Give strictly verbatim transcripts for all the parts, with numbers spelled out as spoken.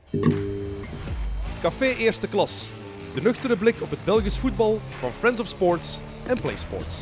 Café Eerste Klas. De nuchtere blik op het Belgisch voetbal van Friends of Sports en Play Sports.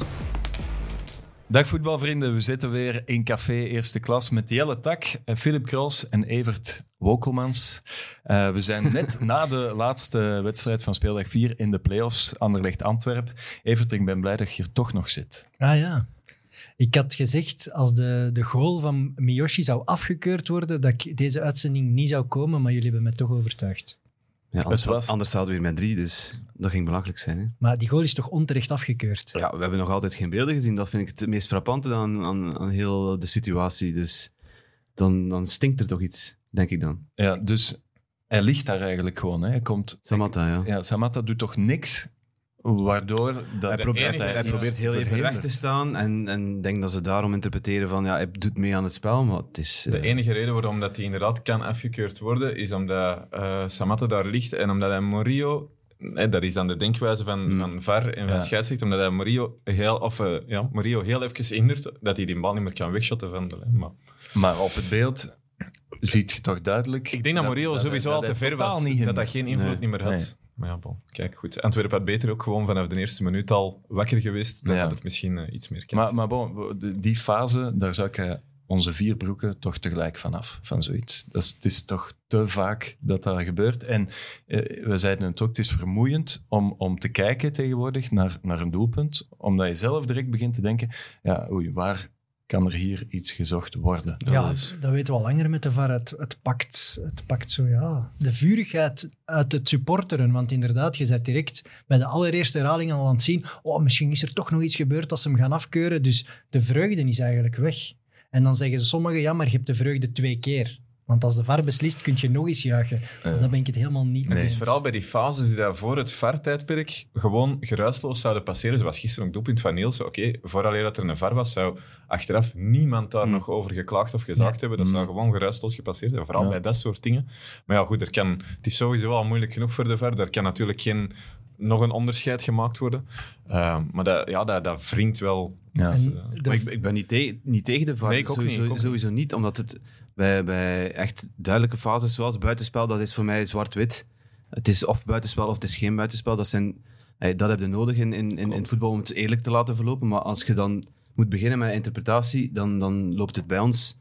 Dag voetbalvrienden, we zitten weer in Café Eerste Klas met Jelle Tak, Philip Kroos en Evert Wokelmans. Uh, we zijn net na de laatste wedstrijd van speeldag vier in de play-offs, Anderlecht-Antwerp. Evert, ik ben blij dat je hier toch nog zit. Ah ja. Ik had gezegd, als de, de goal van Miyoshi zou afgekeurd worden, dat ik deze uitzending niet zou komen, maar jullie hebben mij toch overtuigd. Ja, anders, was... had, anders zouden we weer met drie, dus dat ging belachelijk zijn. Hè? Maar die goal is toch onterecht afgekeurd? Ja, we hebben nog altijd geen beelden gezien. Dat vind ik het meest frappante aan, aan, aan heel de situatie. Dus dan, dan stinkt er toch iets, denk ik dan. Ja, dus hij ligt daar eigenlijk gewoon. Hè. Hij komt... Samatta, ja. Ja, Samatta doet toch niks, waardoor... Dat hij probeert, enige, hij probeert heel even recht te staan en, en denk dat ze daarom interpreteren van ja, hij doet mee aan het spel, maar het is... De uh... enige reden waarom dat hij inderdaad kan afgekeurd worden, is omdat uh, Samatta daar ligt en omdat hij Murillo... Eh, dat is dan de denkwijze van, mm. van V A R en van ja. scheidsrechter, omdat hij Murillo heel, of, uh, ja, Murillo heel even hindert dat hij die bal niet meer kan wegshotten van de lijn. Maar... maar op het beeld ziet je toch duidelijk... Ik denk dat, dat Murillo sowieso dat, al dat te ver was, niet dat dat geen invloed nee. niet meer had. Nee. Maar ja, bon, kijk, goed. Antwerpen had beter ook gewoon vanaf de eerste minuut al wakker geweest. Dan ja. had het misschien uh, iets meer kans. Maar, maar bon, die fase, daar zou ik uh, onze vier broeken toch tegelijk vanaf, van zoiets. Dat is, het is toch te vaak dat dat gebeurt. En uh, we zeiden het ook, het is vermoeiend om, om te kijken tegenwoordig naar, naar een doelpunt, omdat je zelf direct begint te denken, ja, oei, waar... kan er hier iets gezocht worden? Ja, dus. Dat weten we al langer met de V A R. Het, het, pakt, het pakt zo, ja, de vurigheid uit het supporteren. Want inderdaad, je bent direct bij de allereerste herhaling al aan het zien, oh, misschien is er toch nog iets gebeurd als ze hem gaan afkeuren. Dus de vreugde is eigenlijk weg. En dan zeggen ze sommigen, ja, maar je hebt de vreugde twee keer. Want als de V A R beslist, kun je nog eens juichen. Uh, Dan ben ik het helemaal niet mee. Het is vooral bij die fases die daar voor het V A R-tijdperk gewoon geruisloos zouden passeren. Zoals gisteren ook doelpunt van Nielsen. Oké, okay, vooraleer dat er een V A R was, zou achteraf niemand daar mm. nog over geklaagd of gezaagd ja. hebben. Dat mm. zou gewoon geruisloos gepasseerd zijn. Vooral ja. bij dat soort dingen. Maar ja, goed, er kan, het is sowieso al moeilijk genoeg voor de V A R. Daar kan natuurlijk geen, nog een onderscheid gemaakt worden. Uh, maar dat, ja, dat, dat wringt wel. Ja. Dus, uh, de... maar ik, ik ben niet, te, niet tegen de V A R. Nee, ik ook sowieso, niet, ik ook sowieso niet, niet, omdat het... Bij, bij echt duidelijke fases zoals buitenspel, dat is voor mij zwart-wit. Het is of buitenspel of het is geen buitenspel. Dat, zijn, dat heb je nodig in, in, in het voetbal om het eerlijk te laten verlopen. Maar als je dan moet beginnen met interpretatie, dan, dan loopt het bij ons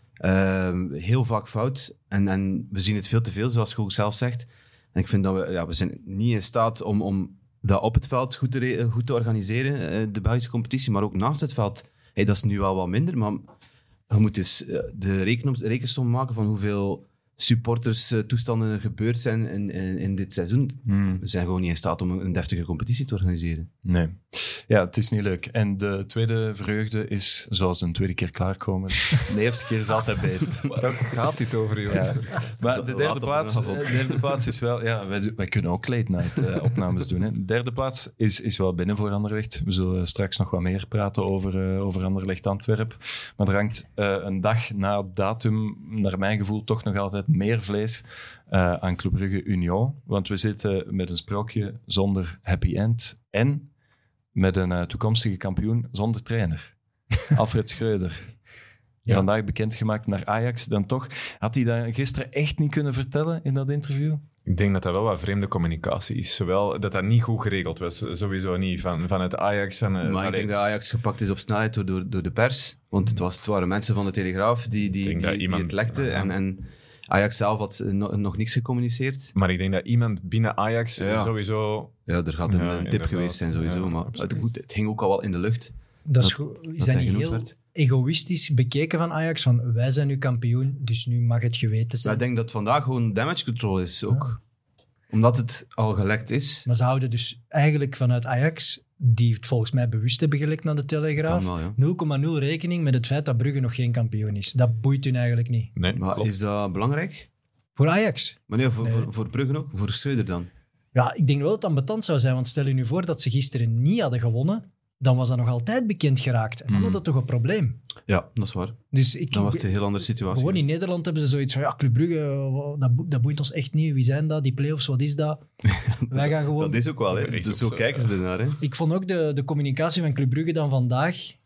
uh, heel vaak fout. En, en we zien het veel te veel, zoals je ook zelf zegt. En ik vind dat we, ja, we zijn niet in staat om, om dat op het veld goed te, re- goed te organiseren, de Belgische competitie, maar ook naast het veld. Hey, dat is nu wel wat minder, maar... Je moet eens de reken, rekensom maken van hoeveel supporterstoestanden er gebeurd zijn in, in, in dit seizoen. Hmm. We zijn gewoon niet in staat om een deftige competitie te organiseren. Nee. Ja, het is niet leuk. En de tweede vreugde is, zoals een tweede keer klaarkomen. De eerste keer is altijd beter. Daar gaat dit over, joh. Ja. Maar de derde, plaats, de derde plaats is wel... Ja, wij, wij kunnen ook late night uh, opnames doen. Hè. De derde plaats is, is wel binnen voor Anderlecht. We zullen straks nog wat meer praten over, uh, over Anderlecht-Antwerp. Maar er hangt uh, een dag na datum, naar mijn gevoel, toch nog altijd meer vlees uh, aan Club Brugge Union. Want we zitten met een sprookje zonder happy end en met een uh, toekomstige kampioen zonder trainer. Alfred Schreuder. Ja. Vandaag bekendgemaakt naar Ajax. Dan toch, had hij dat gisteren echt niet kunnen vertellen in dat interview? Ik denk dat dat wel wat vreemde communicatie is. Zowel dat dat niet goed geregeld was, sowieso niet, van, van het Ajax. Van, maar allee. Ik denk dat Ajax gepakt is op snelheid door, door, door de pers. Want het, was, het waren mensen van de Telegraaf die, die, die, die, iemand, die het lekten. Ja. En, en Ajax zelf had nog, nog niks gecommuniceerd. Maar ik denk dat iemand binnen Ajax ja. sowieso... Ja, er gaat een, ja, een tip geweest zijn sowieso. Ja, maar het, goed, het hing ook al wel in de lucht. Dat is, dat, is dat, dat niet heel werd. Egoïstisch bekeken van Ajax? Van wij zijn nu kampioen, dus nu mag het geweten zijn. Maar ik denk dat vandaag gewoon damage control is ook. Ja. Omdat het al gelekt is. Maar ze houden dus eigenlijk vanuit Ajax, die het volgens mij bewust hebben gelekt naar de Telegraaf, wel, ja. nul komma nul rekening met het feit dat Brugge nog geen kampioen is. Dat boeit hun eigenlijk niet. Nee, maar klopt. Is dat belangrijk? Voor Ajax? Maar nee, voor, nee. voor, voor Brugge ook? Voor Schreuder dan? Ja, ik denk wel dat het ambetant zou zijn, want stel je nu voor dat ze gisteren niet hadden gewonnen, dan was dat nog altijd bekend geraakt. En dan mm. had dat toch een probleem. Ja, dat is waar. Dus ik, dan was het een heel andere situatie. Gewoon in Nederland hebben ze zoiets van, ja, Club Brugge, dat, dat boeit ons echt niet. Wie zijn dat? Die play-offs, wat is dat? Wij gaan gewoon... Dat is ook wel, hè. Dus zo kijken ze ernaar, hè. Ik vond ook de, de communicatie van Club Brugge dan vandaag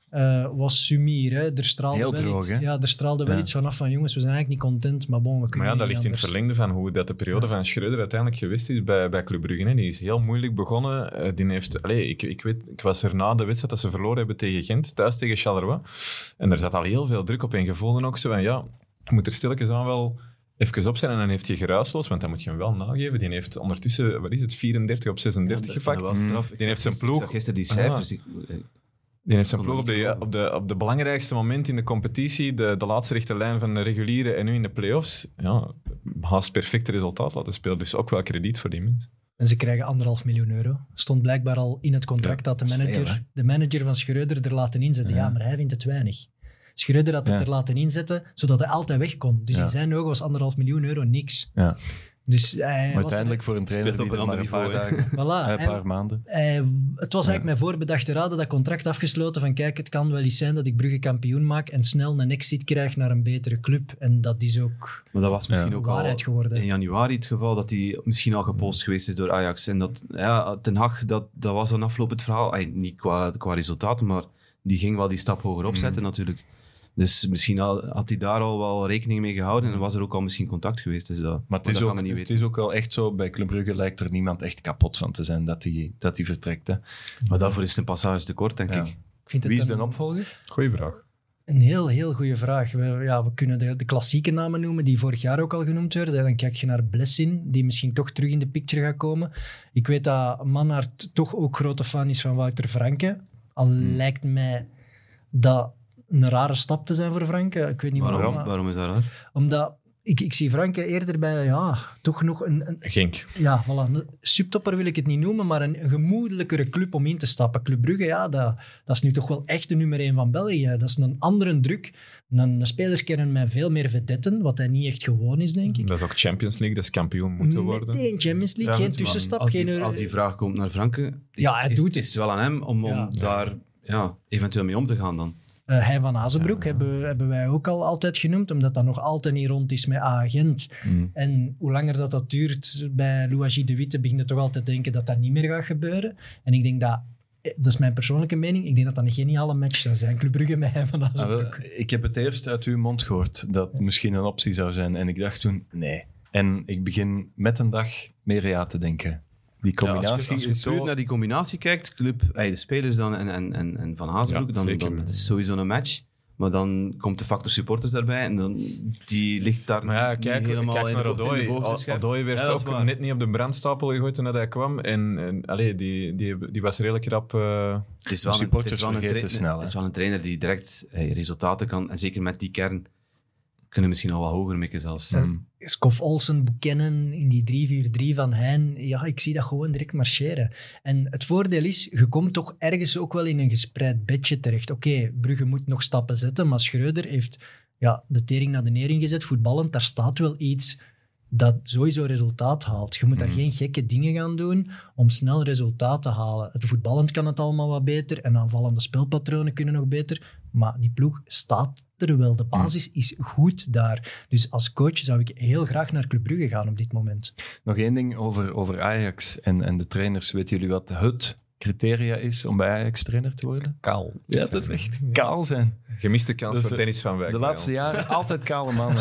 uh, was Sumir. Hè. Er straalde Heel wel droog, iets, hè? ja, er straalde wel Ja. iets vanaf van jongens, we zijn eigenlijk niet content, maar bon, we Maar kunnen ja, dat niet ligt in het anders. verlengde van hoe dat de periode van Schreuder uiteindelijk geweest is bij, bij Club Brugge. Hè. Die is heel moeilijk begonnen. Uh, die heeft, allez, ik, ik, weet, ik was er na de wedstrijd dat ze verloren hebben tegen Gent, thuis tegen Charleroi. En er zat al heel veel druk op en gevoelden ook zo van, ja, je moet er stilletjes aan wel even op zijn. En dan heeft hij geruisloos, want dan moet je hem wel nageven. Die heeft ondertussen, wat is het, vierendertig op zesendertig Ja, gepakt. dat was straf. Die heeft zijn Ik ploeg... zag gisteren die cijfers. Ik, Die heeft zijn Kon ploeg op dat de, niet op, de, op de belangrijkste moment in de competitie, de, de laatste rechte lijn van de reguliere en nu in de play-offs, ja, haast perfecte resultaat laten spelen. Dus ook wel krediet voor die mensen. En ze krijgen anderhalf miljoen euro. Stond blijkbaar al in het contract Ja, dat de dat is manager, veel, hè? de manager van Schreuder er laten inzetten. Ja. Ja. maar hij vindt het weinig. Schreuder had het Ja. er laten inzetten, zodat hij altijd weg kon. Dus Ja. in zijn ogen was anderhalf miljoen euro niks. Ja. Dus hij Maar was uiteindelijk voor een trainer Speelt die op er een maar een ander paar niveau, dagen, Voilà, een hij- paar maanden. hij- het was eigenlijk met voorbedachte raden dat contract afgesloten van kijk, het kan wel eens zijn dat ik Brugge kampioen maak en snel een exit krijg naar een betere club. En dat is ook maar dat was misschien Ja. ook waarheid al geworden. in januari het geval dat hij misschien al gepolst geweest is door Ajax. En dat, ja, Ten Hag, dat, dat was een afloop het verhaal. Ay, niet qua, qua resultaten, maar die ging wel die stap hoger opzetten natuurlijk. Dus misschien al, had hij daar al wel rekening mee gehouden en was er ook al misschien contact geweest. Dus dat, Maar het is, dat ook, gaan we niet het weten. is ook wel echt zo, bij Club Brugge lijkt er niemand echt kapot van te zijn dat hij dat die vertrekt. Hè. Maar daarvoor is het een passage te kort, denk Ja. ik. Ik vind het Wie is een- de opvolger? Goeie vraag. Een heel, heel goede vraag. We, ja, we kunnen de, de klassieke namen noemen die vorig jaar ook al genoemd werden. Dan kijk je naar Blessin, die misschien toch terug in de picture gaat komen. Ik weet dat Manhart toch ook grote fan is van Wouter Franke. Al lijkt mij dat een rare stap te zijn voor Franke. Ik weet niet waarom. Waarom? maar- Waarom is dat raar? Omdat ik, ik zie Franke eerder bij, ja, toch nog een, een Genk. ja, voilà, een subtopper wil ik het niet noemen, maar een, een gemoedelijkere club om in te stappen. Club Brugge, ja, dat, dat is nu toch wel echt de nummer één van België. Dat is een andere druk. Een, een spelerskern met veel meer vedetten, wat hij niet echt gewoon is, denk ik. Dat is ook Champions League, dat is kampioen moeten worden. Meteen Champions League, Ja, geen goed, tussenstap, Als geen die, euro. als die vraag komt naar Franke, is, Ja, hij is, doet is het. het wel aan hem om, om Ja. daar ja, eventueel mee om te gaan dan. Uh, hij van Azenbroek hebben, hebben wij ook al altijd genoemd, omdat dat nog altijd niet rond is met A-agent. Mm. En hoe langer dat, dat duurt bij Louagie de Witte, begin je toch altijd te denken dat dat niet meer gaat gebeuren. En ik denk dat, dat is mijn persoonlijke mening, ik denk dat dat een geniale match zou zijn. Club Brugge met hij van Ah, wel, Azenbroek. ik heb het eerst uit uw mond gehoord dat het misschien een optie zou zijn. En ik dacht toen, nee. En ik begin met een dag meer ja te denken. Die Ja, combinatie als je, als je is puur zo... naar die combinatie kijkt, club, ey, de spelers dan en, en, en, en Van Hazenbroek, Ja, dan, zeker. dan dat is sowieso een match. Maar dan komt de factor supporters daarbij en dan, die ligt daar Maar ja, niet kijk, helemaal kijk in naar de, bo- in de Odoi. bovenste schijf. Odoi werd Ja, dat is ook waar. net niet op de brandstapel gegooid toen hij kwam. En, en allee, die, die, die was redelijk rap... uh, Het is wel een, supporters het is wel een, vergeten tra- snel, hè. het is wel een trainer die direct hey, resultaten kan, en zeker met die kern, kunnen misschien al wat hoger mikken zelfs. Mm. Skof Olsen, Buchanan in die drie vier drie van Hein. Ja, ik zie dat gewoon direct marcheren. En het voordeel is, je komt toch ergens ook wel in een gespreid bedje terecht. Oké, okay, Brugge moet nog stappen zetten, maar Schreuder heeft ja, de tering naar de nering gezet, voetballend. Daar staat wel iets dat sowieso resultaat haalt. Je moet daar Mm. geen gekke dingen gaan doen om snel resultaat te halen. Het voetballend kan het allemaal wat beter en aanvallende spelpatronen kunnen nog beter. Maar die ploeg staat er wel. De basis is goed daar. Dus als coach zou ik heel graag naar Club Brugge gaan op dit moment. Nog één ding over, over Ajax en, en de trainers. Weten jullie wat het criteria is om bij Ajax trainer te worden? kaal. Ja, dat is echt kaal zijn. Gemiste kans Dus, voor eh, Dennis van Wijk. De bij laatste ons. jaren altijd kale mannen.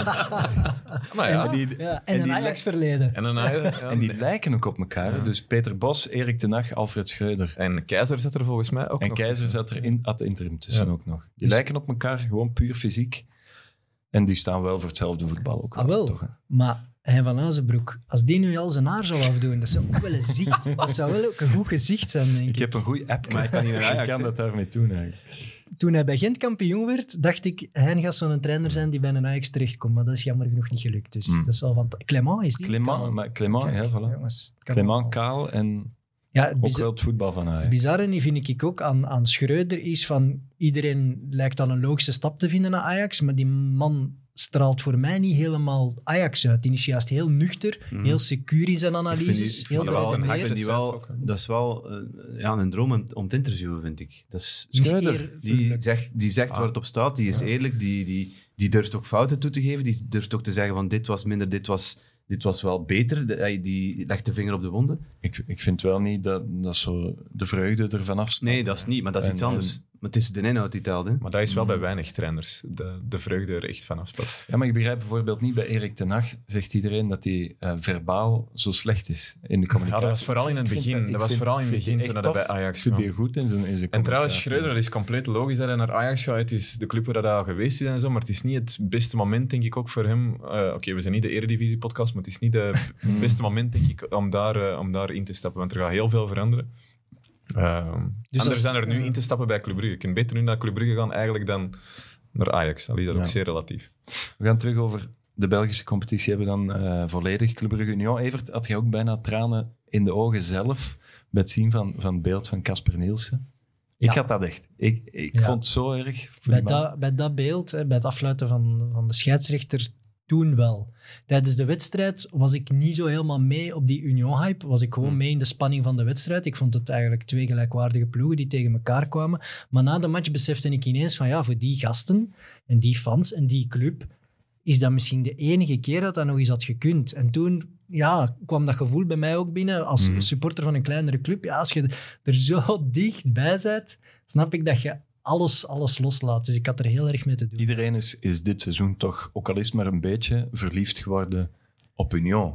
Maar ja, En die, Ja, en, en een die Ajax-verleden. en, een, ja, en die lijken ook op elkaar. hè. Dus Peter Bos, Erik ten Hag, Alfred Schreuder. en Keizer zat er volgens mij ook En nog Keizer tussen. zat er in, at interim tussen Ja. ook nog. Die Dus- lijken op elkaar, gewoon puur fysiek. En die staan wel voor hetzelfde voetbal ook. Ah, wel. Toch, hè? Maar hij van Azenbroek, als die nu al zijn haar zou afdoen, dat zou ook wel een gezicht. Dat zou wel ook een goed gezicht zijn, denk ik. Ik heb een goede app. Maar ik kan niet naar Ajax, Ik kan hè. dat daarmee doen eigenlijk. Toen hij bij Gent kampioen werd, dacht ik, hij gaat zo'n trainer zijn die bij een Ajax terechtkomt. Maar dat is jammer genoeg niet gelukt. Dus Mm. dat is wel van... Clément is die? Clément, maar Clément, Kijk, ja, voilà. jongens, kan Clément, allemaal. kaal en Ja, het ook bizar- wel het voetbal van Ajax. bizarre vind ik ook aan, aan Schreuder is van... Iedereen lijkt dan een logische stap te vinden naar Ajax, maar die man straalt voor mij niet helemaal Ajax uit. Die is juist heel nuchter, Mhm. heel secuur in zijn Ik vind analyses, die- heel ik vind wel die een wel- hak ik vind die het wel, zelfs ook, dat is wel eh, ja, een droom om, om te interviewen, vind ik. Dat is, Die is Schreuder, eer- die zegt, die zegt Ah. waar het op staat, die is eerlijk, die, die, die durft ook fouten toe te geven, die durft ook te zeggen van dit was minder, dit was, dit was wel beter. De- hij- die legt de vinger op de wonden. Ik, ik vind wel niet dat, dat zo de vreugde ervan afspat. Nee, dat is niet, maar dat is En- iets anders. en- Maar het is de inhoud die telt. Hè. Maar dat is wel Mm. bij weinig trainers, de, de vreugde er echt van afspeelt. Ja, maar ik begrijp bijvoorbeeld niet bij Erik ten Hag, zegt iedereen dat hij uh, verbaal zo slecht is in de communicatie. Ja, dat was vooral in het Ik vind begin. ik Dat was vind- vooral in het vind begin echt toen hij tof. bij Ajax Ik vind kwam. die goed in zijn, in zijn En trouwens, communicatie. Schreuder, dat is compleet logisch dat hij naar Ajax gaat. Het is de club waar hij al geweest is en zo, maar het is niet het beste moment, denk ik, ook voor hem. Uh, Oké, okay, we zijn niet de Eredivisie-podcast, maar het is niet de, het beste moment, denk ik, om daar, uh, om daar in te stappen, want er gaat heel veel veranderen. Uh, Dus anders als- dan er nu uh, in te stappen bij Club Brugge. Je kunt beter nu naar Club Brugge gaan eigenlijk dan naar Ajax. Al is dat Ja. ook zeer relatief. We gaan terug over de Belgische competitie hebben dan uh, volledig. Club Brugge Union. Evert, had je ook bijna tranen in de ogen zelf bij het zien van, van het beeld van Casper Nielsen? Ik Ja. had dat echt. Ik, ik Ja. vond het zo erg. voor Bij die man. dat, bij dat beeld, hè, bij het afluiten van, van de scheidsrechter, toen wel. Tijdens de wedstrijd was ik niet zo helemaal mee op die Union-hype. Was ik gewoon Hmm. mee in de spanning van de wedstrijd. Ik vond het eigenlijk twee gelijkwaardige ploegen die tegen elkaar kwamen. Maar na de match besefte ik ineens van ja, voor die gasten en die fans en die club is dat misschien de enige keer dat dat nog eens had gekund. En toen ja, kwam dat gevoel bij mij ook binnen als Mhm. supporter van een kleinere club. Ja, als je er zo dichtbij bent, snap ik dat je alles, alles loslaat. Dus ik had er heel erg mee te doen. Iedereen is, is dit seizoen toch, ook al is het maar een beetje, verliefd geworden op Union.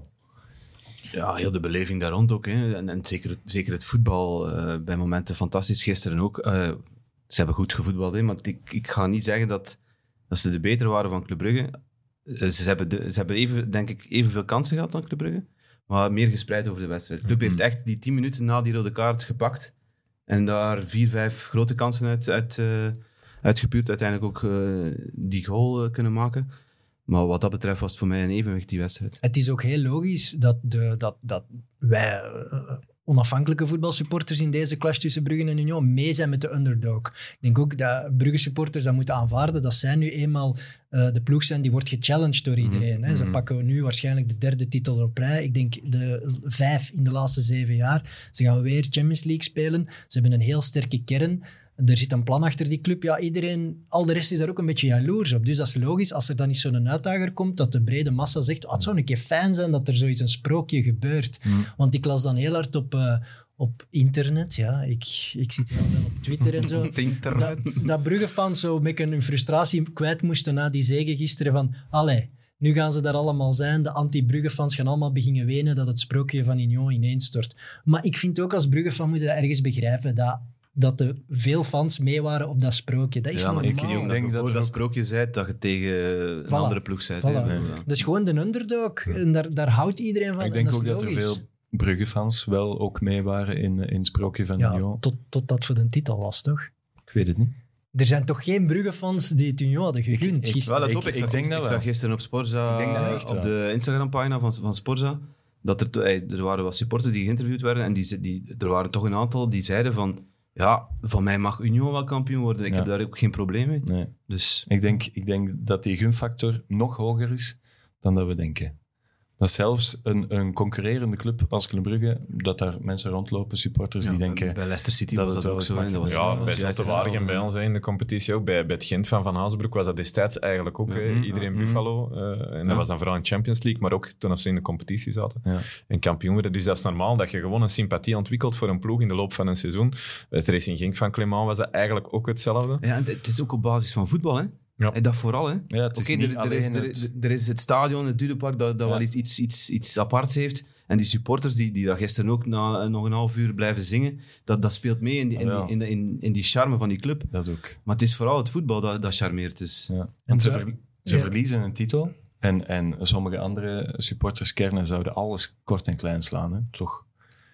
Ja, heel de beleving daar rond ook. Hè. En, en zeker, zeker het voetbal, uh, bij momenten fantastisch. Gisteren ook. Uh, ze hebben goed gevoetbald, hè, maar ik, ik ga niet zeggen dat, dat ze de beter waren van Club Brugge. Uh, ze hebben, de, ze hebben even, denk ik, evenveel kansen gehad dan Club Brugge, maar meer gespreid over de wedstrijd. Club heeft echt die tien minuten na die rode kaart gepakt en daar vier, vijf grote kansen uit, uit, uh, uitgepuurd. Uiteindelijk ook uh, die goal uh, kunnen maken. Maar wat dat betreft was het voor mij een evenwicht, die wedstrijd. Het is ook heel logisch dat, de, dat, dat wij uh, onafhankelijke voetbalsupporters in deze clash tussen Brugge en Union mee zijn met de underdog. Ik denk ook dat Brugge-supporters dat moeten aanvaarden, dat zij nu eenmaal uh, de ploeg zijn die wordt gechallenged door iedereen. Mm-hmm. Hè. Ze pakken nu waarschijnlijk de derde titel op rij. Ik denk de vijf in de laatste zeven jaar. Ze gaan weer Champions League spelen. Ze hebben een heel sterke kern. Er zit een plan achter die club. Ja, iedereen, al de rest is daar ook een beetje jaloers op. Dus dat is logisch, als er dan niet zo'n uitdager komt, dat de brede massa zegt, oh, het zou een keer fijn zijn dat er zoiets een sprookje gebeurt. Mm. Want ik las dan heel hard op, uh, op internet. Ja, ik, ik zit heel veel op Twitter en zo. dat, dat Brugge-fans zo met hun frustratie kwijt moesten na die zege gisteren van, allee, nu gaan ze daar allemaal zijn. De anti-Brugge-fans gaan allemaal beginnen wenen dat het sprookje van Union ineenstort. Maar ik vind ook als Brugge-fan moeten dat ergens begrijpen, dat dat er veel fans mee waren op dat sprookje. Dat is ja, maar normaal. ik, ik denk dat, dat voor dat sprookje zei dat je tegen een voilà. andere ploeg zei. Voilà. Nee, nee. Dat is gewoon de underdog. Ja. En daar, daar houdt iedereen van. Ik denk dat ook dat er veel Brugge-fans wel ook mee waren in, in het sprookje van ja, Union. Tot, tot dat voor de titel was, toch? Ik weet het niet. Er zijn toch geen Brugge-fans die het Union hadden gegund ik, ik, gisteren? Wel, dat ik, op. Ik, ik, zag, denk ik, dat ik zag gisteren op Sporza, echt, op ja. de Instagram-pagina van, van Sporza, dat er, er waren wat supporters die geïnterviewd werden en die, die, er waren toch een aantal die zeiden van ja, van mij mag Union wel kampioen worden. Ik ja. heb daar ook geen probleem mee. Nee. Dus. Ik, denk, ik denk dat die gunfactor nog hoger is dan dat we denken. Dat zelfs een, een concurrerende club als Club Brugge, dat daar mensen rondlopen, supporters, ja, die denken... Bij Leicester City dat was dat, dat ook zo. Dat was ja, was bij Zottewaardigen bij ons in de competitie ook. Bij, bij het Gent van Van Hazenbroek was dat destijds eigenlijk ook. Mm-hmm. Iedereen mm-hmm. Buffalo. Uh, en ja. dat was dan vooral in Champions League, maar ook toen ze in de competitie zaten. Ja. En kampioen werden. Dus dat is normaal dat je gewoon een sympathie ontwikkelt voor een ploeg in de loop van een seizoen. Het Racing Genk van Clément was dat eigenlijk ook hetzelfde. Ja, en het is ook op basis van voetbal, hè? Ja. En dat vooral, hè? Ja, het is Oké, niet er, er, is, er, het... er is het stadion, het Dudepark, dat, dat ja. wel iets, iets, iets aparts heeft. En die supporters die, die daar gisteren ook na nog een half uur blijven zingen, dat, dat speelt mee in die, in, ja. die, in, in, in die charme van die club. Dat ook. Maar het is vooral het voetbal dat, dat charmeert. Dus. Ja. Want ze, ver, ze ja. verliezen een titel en, en sommige andere supporterskernen zouden alles kort en klein slaan, hè? Toch?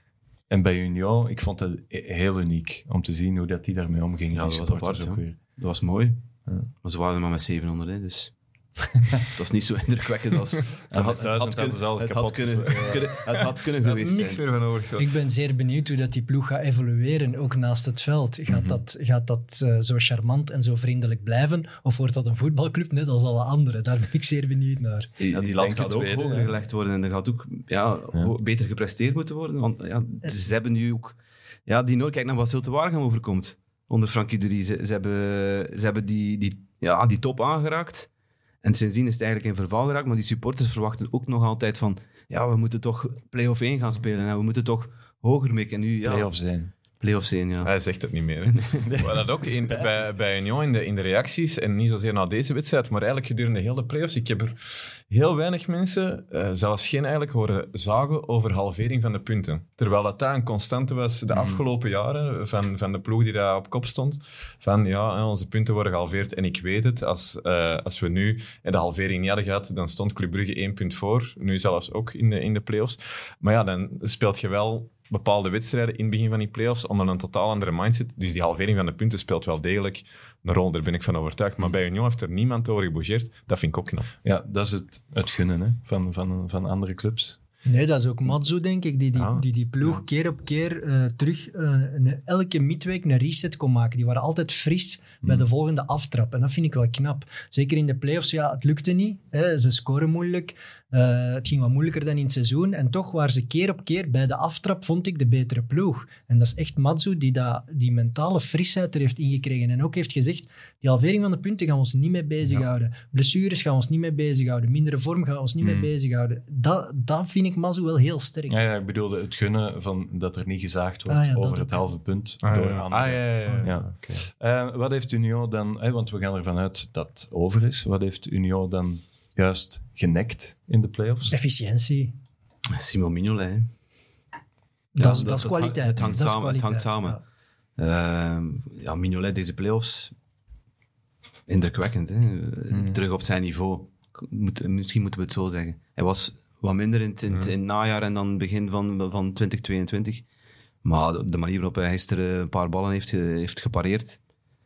En bij Union, ik vond het heel uniek om te zien hoe dat die daarmee omgingen. Ja, die dat was apart. ook weer. Dat was mooi. Ja. Maar ze waren maar met zevenhonderd, hè, dus... dat was niet zo indrukwekkend als... Het had, duizend had, het had, het had kunnen, kunnen, het had kunnen geweest zijn. Niks meer van overgehoord. Ik ben zeer benieuwd hoe dat die ploeg gaat evolueren, ook naast het veld. Gaat mm-hmm. dat, gaat dat uh, zo charmant en zo vriendelijk blijven? Of wordt dat een voetbalclub net als alle anderen? Daar ben ik zeer benieuwd naar. Ja, die lat gaat ook tweede, hoger ja. gelegd worden en er gaat ook ja, ja. beter gepresteerd moeten worden. Want ja, ze hebben nu ook... Ja, die nood, kijk naar wat Zulte-Waregem overkomt. Onder Frankie Dury. Ze, ze hebben, ze hebben die, die, ja, die top aangeraakt. En sindsdien is het eigenlijk in verval geraakt. Maar die supporters verwachten ook nog altijd van... Ja, we moeten toch play-off één gaan spelen. En we moeten toch hoger mikken. Nu, ja, play-off zijn. Play-offs één, ja. Hij zegt het niet meer. Hè. Maar dat ook in, bij, bij Union in de, in de reacties, en niet zozeer na deze wedstrijd, maar eigenlijk gedurende heel de play-offs. Ik heb er heel weinig mensen, uh, zelfs geen eigenlijk, horen zagen over halvering van de punten. Terwijl dat, dat een constante was de afgelopen jaren van, van de ploeg die daar op kop stond. Van ja, onze punten worden gehalveerd. En ik weet het, als, uh, als we nu de halvering niet hadden gehad, dan stond Club Brugge één punt voor. Nu zelfs ook in de, in de play-offs. Maar ja, dan speelt je wel bepaalde wedstrijden in het begin van die play-offs onder een totaal andere mindset. Dus die halvering van de punten speelt wel degelijk een rol, daar ben ik van overtuigd. Maar bij Union heeft er niemand over gebougeerd. Dat vind ik ook knap. Ja, dat is het, het gunnen hè, van, van, van andere clubs. Nee, dat is ook Matsu, denk ik, die die, Ah. die, die ploeg ja. keer op keer uh, terug uh, een, elke midweek een reset kon maken. Die waren altijd fris bij Mm. de volgende aftrap. En dat vind ik wel knap. Zeker in de play-offs, ja, het lukte niet. Hè. Ze scoren moeilijk. Uh, het ging wat moeilijker dan in het seizoen. En toch waren ze keer op keer bij de aftrap, vond ik, de betere ploeg. En dat is echt Matsu die dat, die mentale frisheid er heeft ingekregen. En ook heeft gezegd, die halvering van de punten gaan we ons niet mee bezighouden. Ja. Blessures gaan we ons niet mee bezighouden. Mindere vorm gaan we ons niet mm. mee bezighouden. Dat, dat vind ik Matsu wel heel sterk. Ja, ja, ik bedoelde het gunnen van dat er niet gezaagd wordt Ah, ja, over dat het ook. halve punt Ah, door ja. anderen. Ah, ja, ja, ja. Ja. Okay. Uh, wat heeft Union dan, hè, want we gaan ervan uit dat het over is, wat heeft Union dan juist genekt in de play-offs? Efficiëntie. Simon Mignolet, hè. Dat, is- Ja, dat is kwaliteit. Het hangt Dat is samen. Het hangt kwaliteit, samen. ja. Uh, ja, Mignolet, deze play-offs, indrukwekkend. Hè? Mm. Terug op zijn niveau. Moet, misschien moeten we het zo zeggen. Hij was wat minder in het, in het, in het najaar en dan begin van, van twintig tweeëntwintig. Maar de, de manier waarop hij gisteren een paar ballen heeft, heeft gepareerd,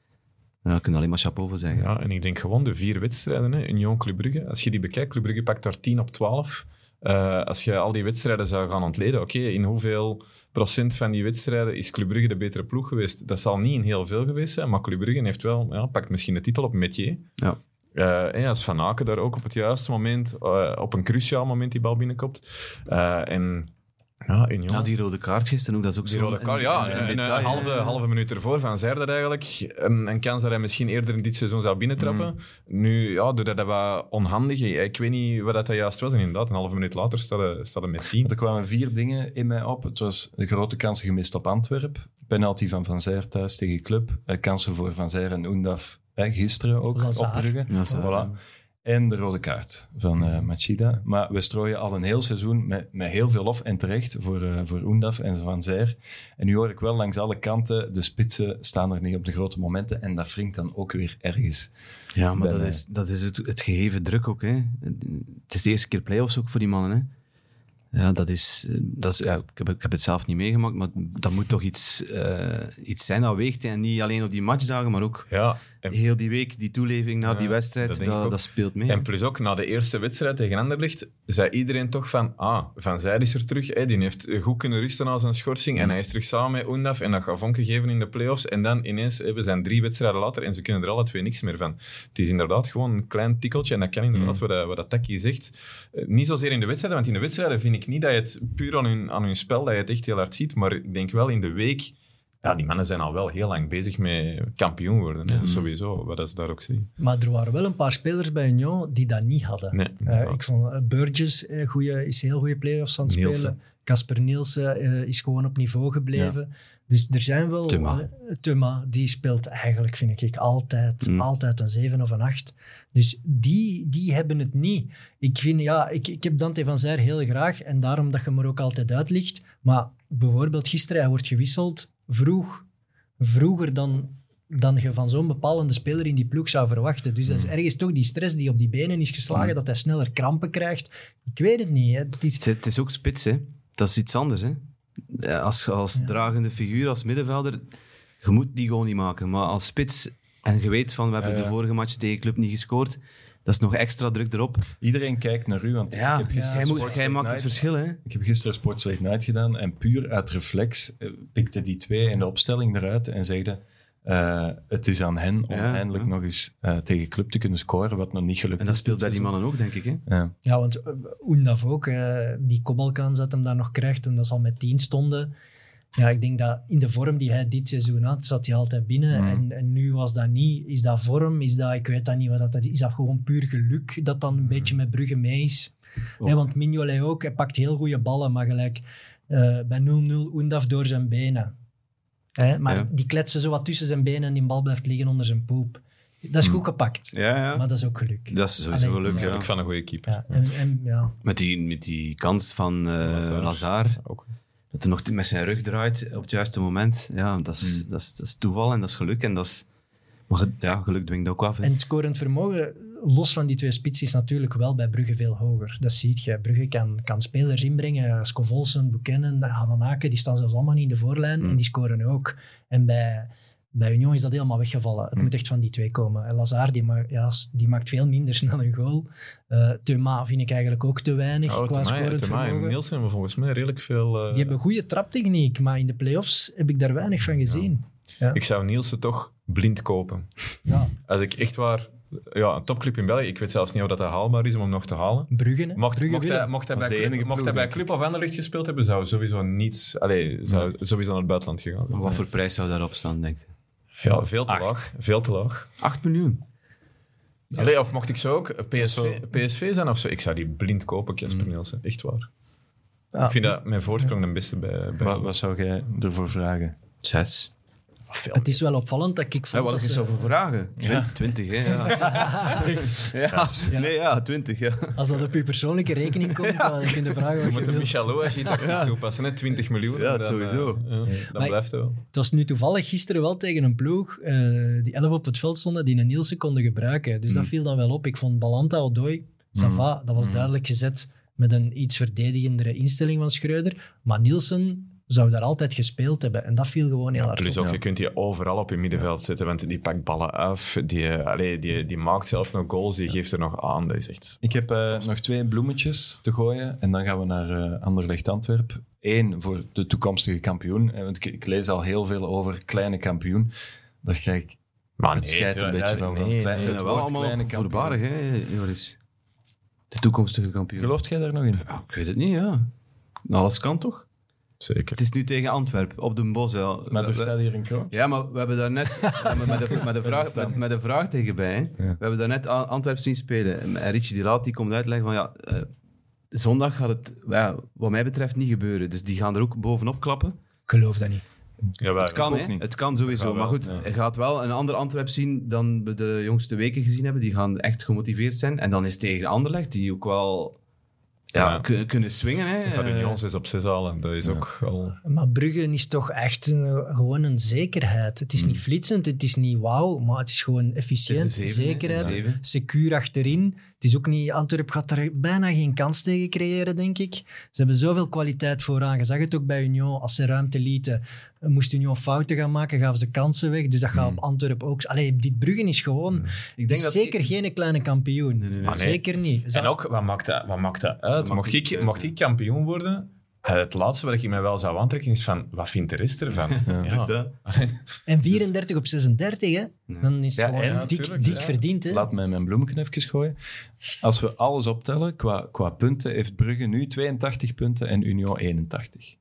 ja, ik kan alleen maar chapeau voor zeggen. Ja, en ik denk gewoon de vier wedstrijden, hè, Union Club Brugge. Als je die bekijkt, Club Brugge pakt daar tien op twaalf. Uh, als je al die wedstrijden zou gaan ontleden, oké, okay, in hoeveel procent van die wedstrijden is Club Brugge de betere ploeg geweest? Dat zal niet in heel veel geweest zijn, maar Club Brugge heeft wel, ja, pakt misschien de titel op Metier. Ja. Uh, en als Van Aken daar ook op het juiste moment, uh, op een cruciaal moment die bal binnenkomt. Uh, en ja, Union... Ja, die rode kaart gisteren ook, dat is ook Die zo... rode kaart, ja. een- En, een en detail, een halve, hè. halve minuut ervoor van Zijr dat eigenlijk. Een, een kans dat hij misschien eerder in dit seizoen zou binnentrappen. Nu, ja, doordat dat wat onhandig is. Ik weet niet wat dat juist was. En inderdaad, een halve minuut later staat hij, staat hij met tien. Er kwamen vier dingen in mij op. Het was de grote kansen gemist op Antwerp. Penalty van Van Zijr thuis tegen Club. Eh, kansen voor Van Zijr en Oendaf eh, gisteren ook Lazare. op Brugge. Lazare. Voilà. En de rode kaart van uh, Machida. Maar we strooien al een heel seizoen met, met heel veel lof en terecht voor, uh, voor Oendaf en Van Zijr. En nu hoor ik wel langs alle kanten, de spitsen staan er niet op de grote momenten. En dat wringt dan ook weer ergens. Ja, maar bij dat mij. is, dat is het, het gegeven druk ook. Hè. Het is de eerste keer play-offs ook voor die mannen. Hè. Ja, dat is, dat is, ja, ik, heb, ik heb het zelf niet meegemaakt, maar dat moet toch iets, uh, iets zijn dat weegt. En niet alleen op die matchdagen, maar ook Ja, en, heel die week, die toeleving naar Ja, die wedstrijd, dat dat, denk ik ook. dat speelt mee. en plus ook, na de eerste wedstrijd tegen Anderlecht, zei iedereen toch van, ah, Van Zijr is er terug. Hè, die heeft goed kunnen rusten na zijn schorsing. En hij is terug samen met Oendaf. En dat gaat vonken geven in de play-offs. En dan ineens, hè, we zijn drie wedstrijden later en ze kunnen er alle twee niks meer van. Het is inderdaad gewoon een klein tikkeltje. En dat kan inderdaad, wat, dat- wat dat Taki zegt. Eh, Niet zozeer in de wedstrijden, want in de wedstrijden vind ik niet dat je het puur aan hun, aan hun spel, dat je het echt heel hard ziet. Maar ik denk wel in de week... Ja, die mannen zijn al wel heel lang bezig met kampioen worden. Hè. Sowieso, wat ze daar ook zien. Maar er waren wel een paar spelers bij Union die dat niet hadden. Nee. Uh, Ja. Ik vond uh, Burgess uh, goeie, is heel goede play-offs aan het Nielsen. spelen. Casper Nielsen uh, is gewoon op niveau gebleven. Dus er zijn wel... Thuma. Uh, Thuma, die speelt eigenlijk, vind ik, altijd, Mm. altijd een zeven of een acht. Dus die, die hebben het niet. Ik vind, ja, ik, ik heb Dante van Zijr heel graag en daarom dat je hem er ook altijd uitlicht. Maar bijvoorbeeld gisteren, hij wordt gewisseld vroeg. Vroeger dan, dan je van zo'n bepalende speler in die ploeg zou verwachten. Dus dat is ergens toch die stress die op die benen is geslagen, dat hij sneller krampen krijgt. Ik weet het niet. Hè. Het is, Het, het is ook spits, hè. Dat is iets anders, hè. Ja, Als, als Ja. dragende figuur, als middenvelder, je moet die goal niet maken. Maar als spits, en je weet van, we hebben Ja, ja. de vorige match tegen Club niet gescoord, dat is nog extra druk erop. Iedereen kijkt naar u, want Ja, ik heb gisteren jij, moet, Sports jij Late maakt het Night- verschil, hè. Ik heb gisteren Sports Late Night gedaan en puur uit reflex eh, pikte die twee in de opstelling eruit en zeiden uh, het is aan hen om Ja, eindelijk ja. nog eens uh, tegen Club te kunnen scoren, wat nog niet gelukt En dat is speelt dit bij die seizoen. mannen ook, denk ik, hè. Ja. ja, want uh, Oendaf ook, uh, die kopbalkans dat hem daar nog krijgt toen dat ze al met tien stonden. Ja, ik denk dat in de vorm die hij dit seizoen had, zat hij altijd binnen. Mm. En, en nu was dat niet. Is dat vorm? Is dat, ik weet dat niet wat dat is. Is dat gewoon puur geluk dat dan een beetje met Brugge mee is? Oh. Hè, want Mignolet ook, hij pakt heel goede ballen, maar gelijk uh, bij nul nul Oendaf door zijn benen. Hè? Maar Ja. die kletsen zo wat tussen zijn benen en die bal blijft liggen onder zijn poep. Dat is goed gepakt. Ja, ja. Maar dat is ook geluk. Dat is sowieso Allee, leuk, Dat ja. heb ik van een goede keeper. Ja, en, en, ja. Met, die, met die kans van uh, Lazar. Lazar, Ook. dat hij nog met zijn rug draait op het juiste moment. Ja, dat is, dat is, dat is toeval en dat is geluk. En dat is, maar ge- ja, geluk dwingt ook af. Hè. En het scorend vermogen, los van die twee spitsen, is natuurlijk wel bij Brugge veel hoger. Dat zie je. Brugge kan, kan spelers inbrengen. Scovolsen, Buchanan, Van Aken, die staan zelfs allemaal niet in de voorlijn Mm. en die scoren ook. En bij, bij Union is dat helemaal weggevallen. Het Mm. moet echt van die twee komen. En Lazar, die, ma- ja, die maakt veel minder snel een goal. Uh, Thuma vind ik eigenlijk ook te weinig Oh, qua Thema- scorend Thema en vermogen. Nielsen hebben volgens mij redelijk veel... uh, Die hebben goede traptechniek, maar in de play-offs heb ik daar weinig van gezien. Ja. Ik zou Nielsen toch blind kopen. Ja. Als ik echt waar... Ja, een topclub in België, ik weet zelfs niet of dat haalbaar is om hem nog te halen. Brugge, hè? Mocht, Brugge mocht, hij, willen. mocht hij Dat bij is de Club, enige mocht hij ploeg, bij denk Club of Anderlecht gespeeld hebben, zou sowieso niets... Allee, zou sowieso naar het buitenland gegaan zijn. Maar wat voor prijs zou daarop staan, denk je? Veel, veel te Acht. laag. Veel te laag. acht miljoen. Allee, of mocht ik zo ook P S V, P S V zijn of zo? Ik zou die blind kopen, Casper Nielsen. Echt waar. Ja. Ik vind dat mijn voorsprong de beste bij... bij Wat, wat zou jij ervoor vragen? Zes. veel. Het is wel opvallend dat ik Ja, vond wat dat ik ze- zou voor vragen? Ja. twintig, hè? Ja. ja. Nee, ja, twintig, ja. Als dat op je persoonlijke rekening komt, dan kun je vragen Je wat moet je de wilt. Michelo als je dat gaat toepassen, hè? twintig miljoen. Ja, dat dan, sowieso. eh, ja, dan Maar- blijft hij wel. Het was nu toevallig gisteren wel tegen een ploeg eh, die elf op het veld stonden, die een Nielsen konden gebruiken. Dus dat viel dan wel op. Ik vond Balanta Odoi, ça va, dat was duidelijk gezet met een iets verdedigendere instelling van Schreuder. Maar Nielsen zou daar altijd gespeeld hebben. En dat viel gewoon heel Ja, hard plus op. ook, je kunt die overal op je middenveld zetten, want die pakt ballen af, die, eh, allee, die, die maakt zelf nog goals, die geeft er nog aan. Dat is echt... Ik heb eh, nog twee bloemetjes te gooien en dan gaan we naar uh, Anderlecht-Antwerp. Eén voor de toekomstige kampioen. Eh, Want ik, ik lees al heel veel over kleine kampioen. Daar krijg ik Maar het schijt een ja, beetje ja, van. van nee, klein, nee, Ik het vind dat wel woord kleine allemaal kampioen. voorbarig, hè, Joris? De toekomstige kampioen. Gelooft jij daar nog in? Ja, ik weet het niet, ja. Alles kan toch? Zeker. Het is nu tegen Antwerpen, op Den Bosch. Ja. Maar We- er we- staat hier een kroon. Ja, maar we hebben daar net ja, maar met, een, met, een vraag, met, met een vraag tegen bij. Hè. We hebben daar net An- Antwerpen zien spelen. En Richie de Laat die komt uitleggen van ja, uh, zondag gaat het, ja, wat mij betreft, niet gebeuren. Dus die gaan er ook bovenop klappen. Ik geloof dat niet. Ja, wij- Het kan, ook hè. niet. Het kan sowieso. Gaat wel, Maar goed, ja. je gaat wel een ander Antwerpen zien dan we de jongste weken gezien hebben. Die gaan echt gemotiveerd zijn. En dan is het tegen Anderlecht, die ook wel ja, Ja. kun- kunnen swingen. Hè. Van Eh, Union zes op zes halen, dat is ook al... Maar Brugge is toch echt een- gewoon een zekerheid. Het is niet flitsend, het is niet wauw, maar het is gewoon efficiënt, Het is een zeven, hè? zekerheid, Een zeven. secuur achterin. Het is ook niet... Antwerp gaat er bijna geen kans tegen creëren, denk ik. Ze hebben zoveel kwaliteit vooraan. Je zag het ook bij Union. Als ze ruimte lieten, moest Union fouten gaan maken, gaven ze kansen weg. Dus dat gaat op Antwerp ook... Allee, dit Brugge is gewoon... Ik Het denk is dat zeker geen kleine kampioen. Nee, nee, nee. Maar nee. Zeker niet. En ook, wat maakt dat, wat maakt dat uit? maakt Mocht niet ik, uit, mocht ja. ik kampioen worden, eh, het laatste wat ik mij wel zou aantrekken is van, wat vindt de rest ervan? Ja. Is dat? En vierendertig op zesendertig, hè? Dan is het Ja, gewoon en dik, natuurlijk, dik ja. verdiend, hè? Laat mij mijn bloemetje even gooien. Als we alles optellen, qua, qua punten, heeft Brugge nu tweeëntachtig punten en Union eenentachtig.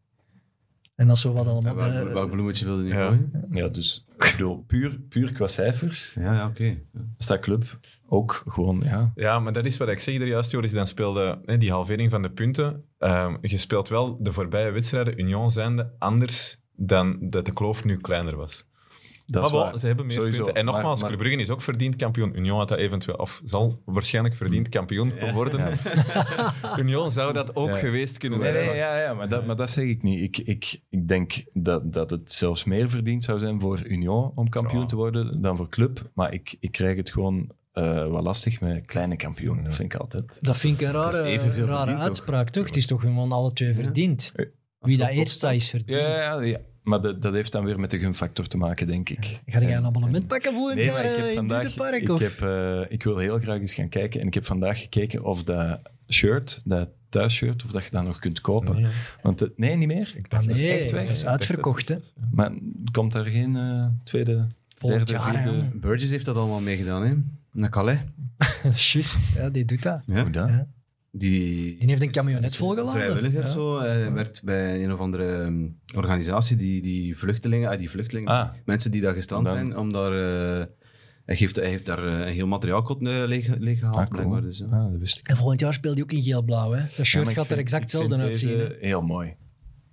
En als we wat allemaal... Ja, welk, de- welk bloemetje wilde je nu Ja. gooien? Ja, dus ik bedoel, puur, puur qua cijfers Ja, ja oké. Ja. staat Club ook gewoon, ja. Ja, maar dat is wat ik zeg er juist, Joris. Dan speelde hè, die halvering van de punten. ehm, je speelt wel de voorbije wedstrijden, Union zijnde, anders dan dat de kloof nu kleiner was. Dat maar is bon, waar. ze hebben meer Sowieso. punten. En nogmaals, Maar- Club maar- Brugge is ook verdiend kampioen. Union had dat eventueel, of zal waarschijnlijk verdiend kampioen worden. Union zou dat ook Ja. geweest kunnen Nee, zijn. nee, ja, ja, maar, dat, maar dat zeg ik niet. Ik, ik, ik denk dat, dat het zelfs meer verdiend zou zijn voor Union om kampioen Ja. te worden dan voor Club. Maar ik, ik krijg het gewoon uh, wat lastig met kleine kampioen. Dat vind ik altijd. Dat vind ik een Dat is rare, evenveel rare verdiend, uitspraak, toch? Het is toch gewoon alle twee verdiend. Wie dat eerst staat, is verdiend. Ja, ja, ja. Maar dat, dat heeft dan weer met de gunfactor te maken, denk ik. Ga jij een abonnement pakken voor Nee, jaar maar ik heb in vandaag... Dierenpark? Ik, Of? heb, uh, ik wil heel graag eens gaan kijken. En ik heb vandaag gekeken of dat shirt, dat thuisshirt, of dat je dat nog kunt kopen. Nee. Want het, nee, niet meer. Ik Ah, dacht, dat is nee, echt weg. dat is Ik dacht uitverkocht, hè. Maar komt daar geen uh, tweede, Volgend derde, jaar, vierde... ja. Burgess heeft dat allemaal meegedaan, hè? Naar Calais. Dat is juist, ja, die doet dat. Ja. Hoe dat? Ja. Die, Die heeft een camionet volgeladen. Vrijwilliger Ja. zo. Hij werkt bij een of andere um, organisatie die, die vluchtelingen, ah, die vluchtelingen, Ah. mensen die daar gestrand Dan- zijn, om daar... Uh, hij, geeft, hij heeft daar uh, een heel materiaalkot uh, leeg, leeg gehaald, Ah, cool. blijkbaar. Dus, ja. Ah, dat wist ik. En volgend jaar speelt hij ook in geel-blauw, hè. Dat shirt Ja, maar ik gaat er vind- exact ik vind hetzelfde uitzien. deze hè. heel mooi.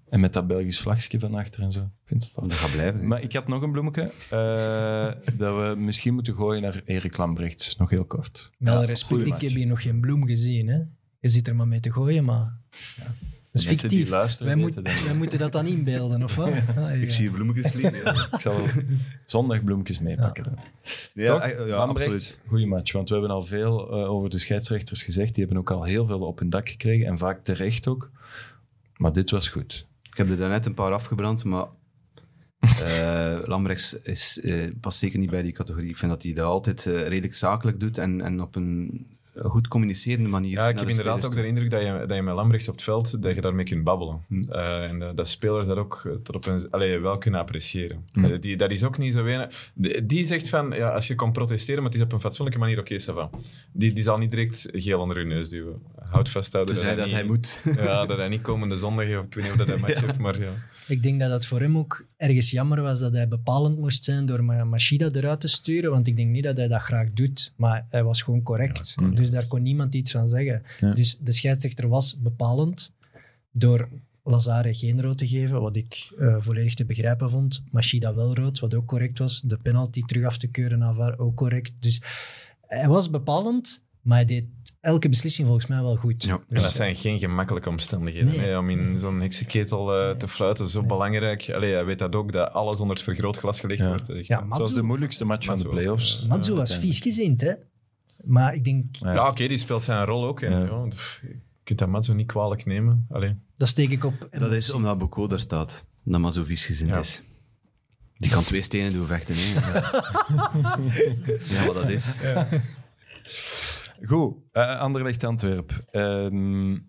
En met dat Belgisch vlagje van achter en zo. Ik vind het al. Dat gaat blijven. Hè. Maar ik had nog een bloemetje. Uh, dat we misschien moeten gooien naar Erik Lambrecht. Nog heel kort. Met alle Ja, respect, goeie ik match. heb hier nog geen bloem gezien. Hè? Je zit er maar mee te gooien, maar... Ja. Dat is Mensen die fictief. luisteren Wij, weten moet, dat. wij moeten dat dan inbeelden, of wat? Ah, ja. Ik zie je bloemetjes vliegen. Ja, Ik zal zondag bloempjes meepakken. dan. ja, Toch? eh, ja Lambrecht, absoluut. goeie match. Want we hebben al veel uh, over de scheidsrechters gezegd. Die hebben ook al heel veel op hun dak gekregen. En vaak terecht ook. Maar dit was goed. Ik heb er daarnet een paar afgebrand, maar uh, Lambrechts is, uh, past zeker niet bij die categorie. Ik vind dat hij dat altijd uh, redelijk zakelijk doet en, en op een goed communicerende manier. Ja, ik naar heb de inderdaad ook spelers de indruk dat je, dat je met Lambrechts op het veld, dat je daarmee kunt babbelen. Hm. Uh, en uh, dat spelers dat ook tot op een, allee, wel kunnen appreciëren. Hm. Uh, die, dat is ook niet zo weinig. Die, die zegt van, ja, als je komt protesteren, maar het is op een fatsoenlijke manier, oké, okay, ça va. Die, die zal niet direct geel onder je neus duwen. Houd vasthouden. Dus hij dat niet, hij moet. Ja, dat hij niet komende zondag, ik weet niet of dat hij match heeft, maar ja. Ik denk dat het voor hem ook ergens jammer was dat hij bepalend moest zijn door Ma- Machida eruit te sturen, want ik denk niet dat hij dat graag doet, maar hij was gewoon correct. Ja, dus daar kon niemand iets van zeggen. Ja. Dus de scheidsrechter was bepalend door Lazare geen rood te geven, wat ik uh, volledig te begrijpen vond. Machida wel rood, wat ook correct was. De penalty terug af te keuren naar V A R, ook correct. Dus hij was bepalend, maar hij deed elke beslissing volgens mij wel goed. Ja. Dus, En dat zijn geen gemakkelijke omstandigheden. Nee. Nee, om in zo'n heksenketel uh, te fluiten, zo Nee. belangrijk. Allee, hij weet dat ook, dat alles onder het vergrootglas gelegd Ja. wordt. Echt. ja, Het was Matsu, de moeilijkste match van de Matsu, play-offs. ja. Matsu was vies gezind, hè. Maar ik denk, Ja. Ja, oké, okay, die speelt zijn rol ook. En, Ja. ja, pff, je kunt dat Matsu niet kwalijk nemen. Allee. dat steek ik op. Dat is omdat Boko daar staat. Dat maar zo viesgezind Ja. is. Die kan twee stenen doen vechten. Hè. Ja. ja, wat dat is. Goed, uh, Anderlecht Antwerp. Um,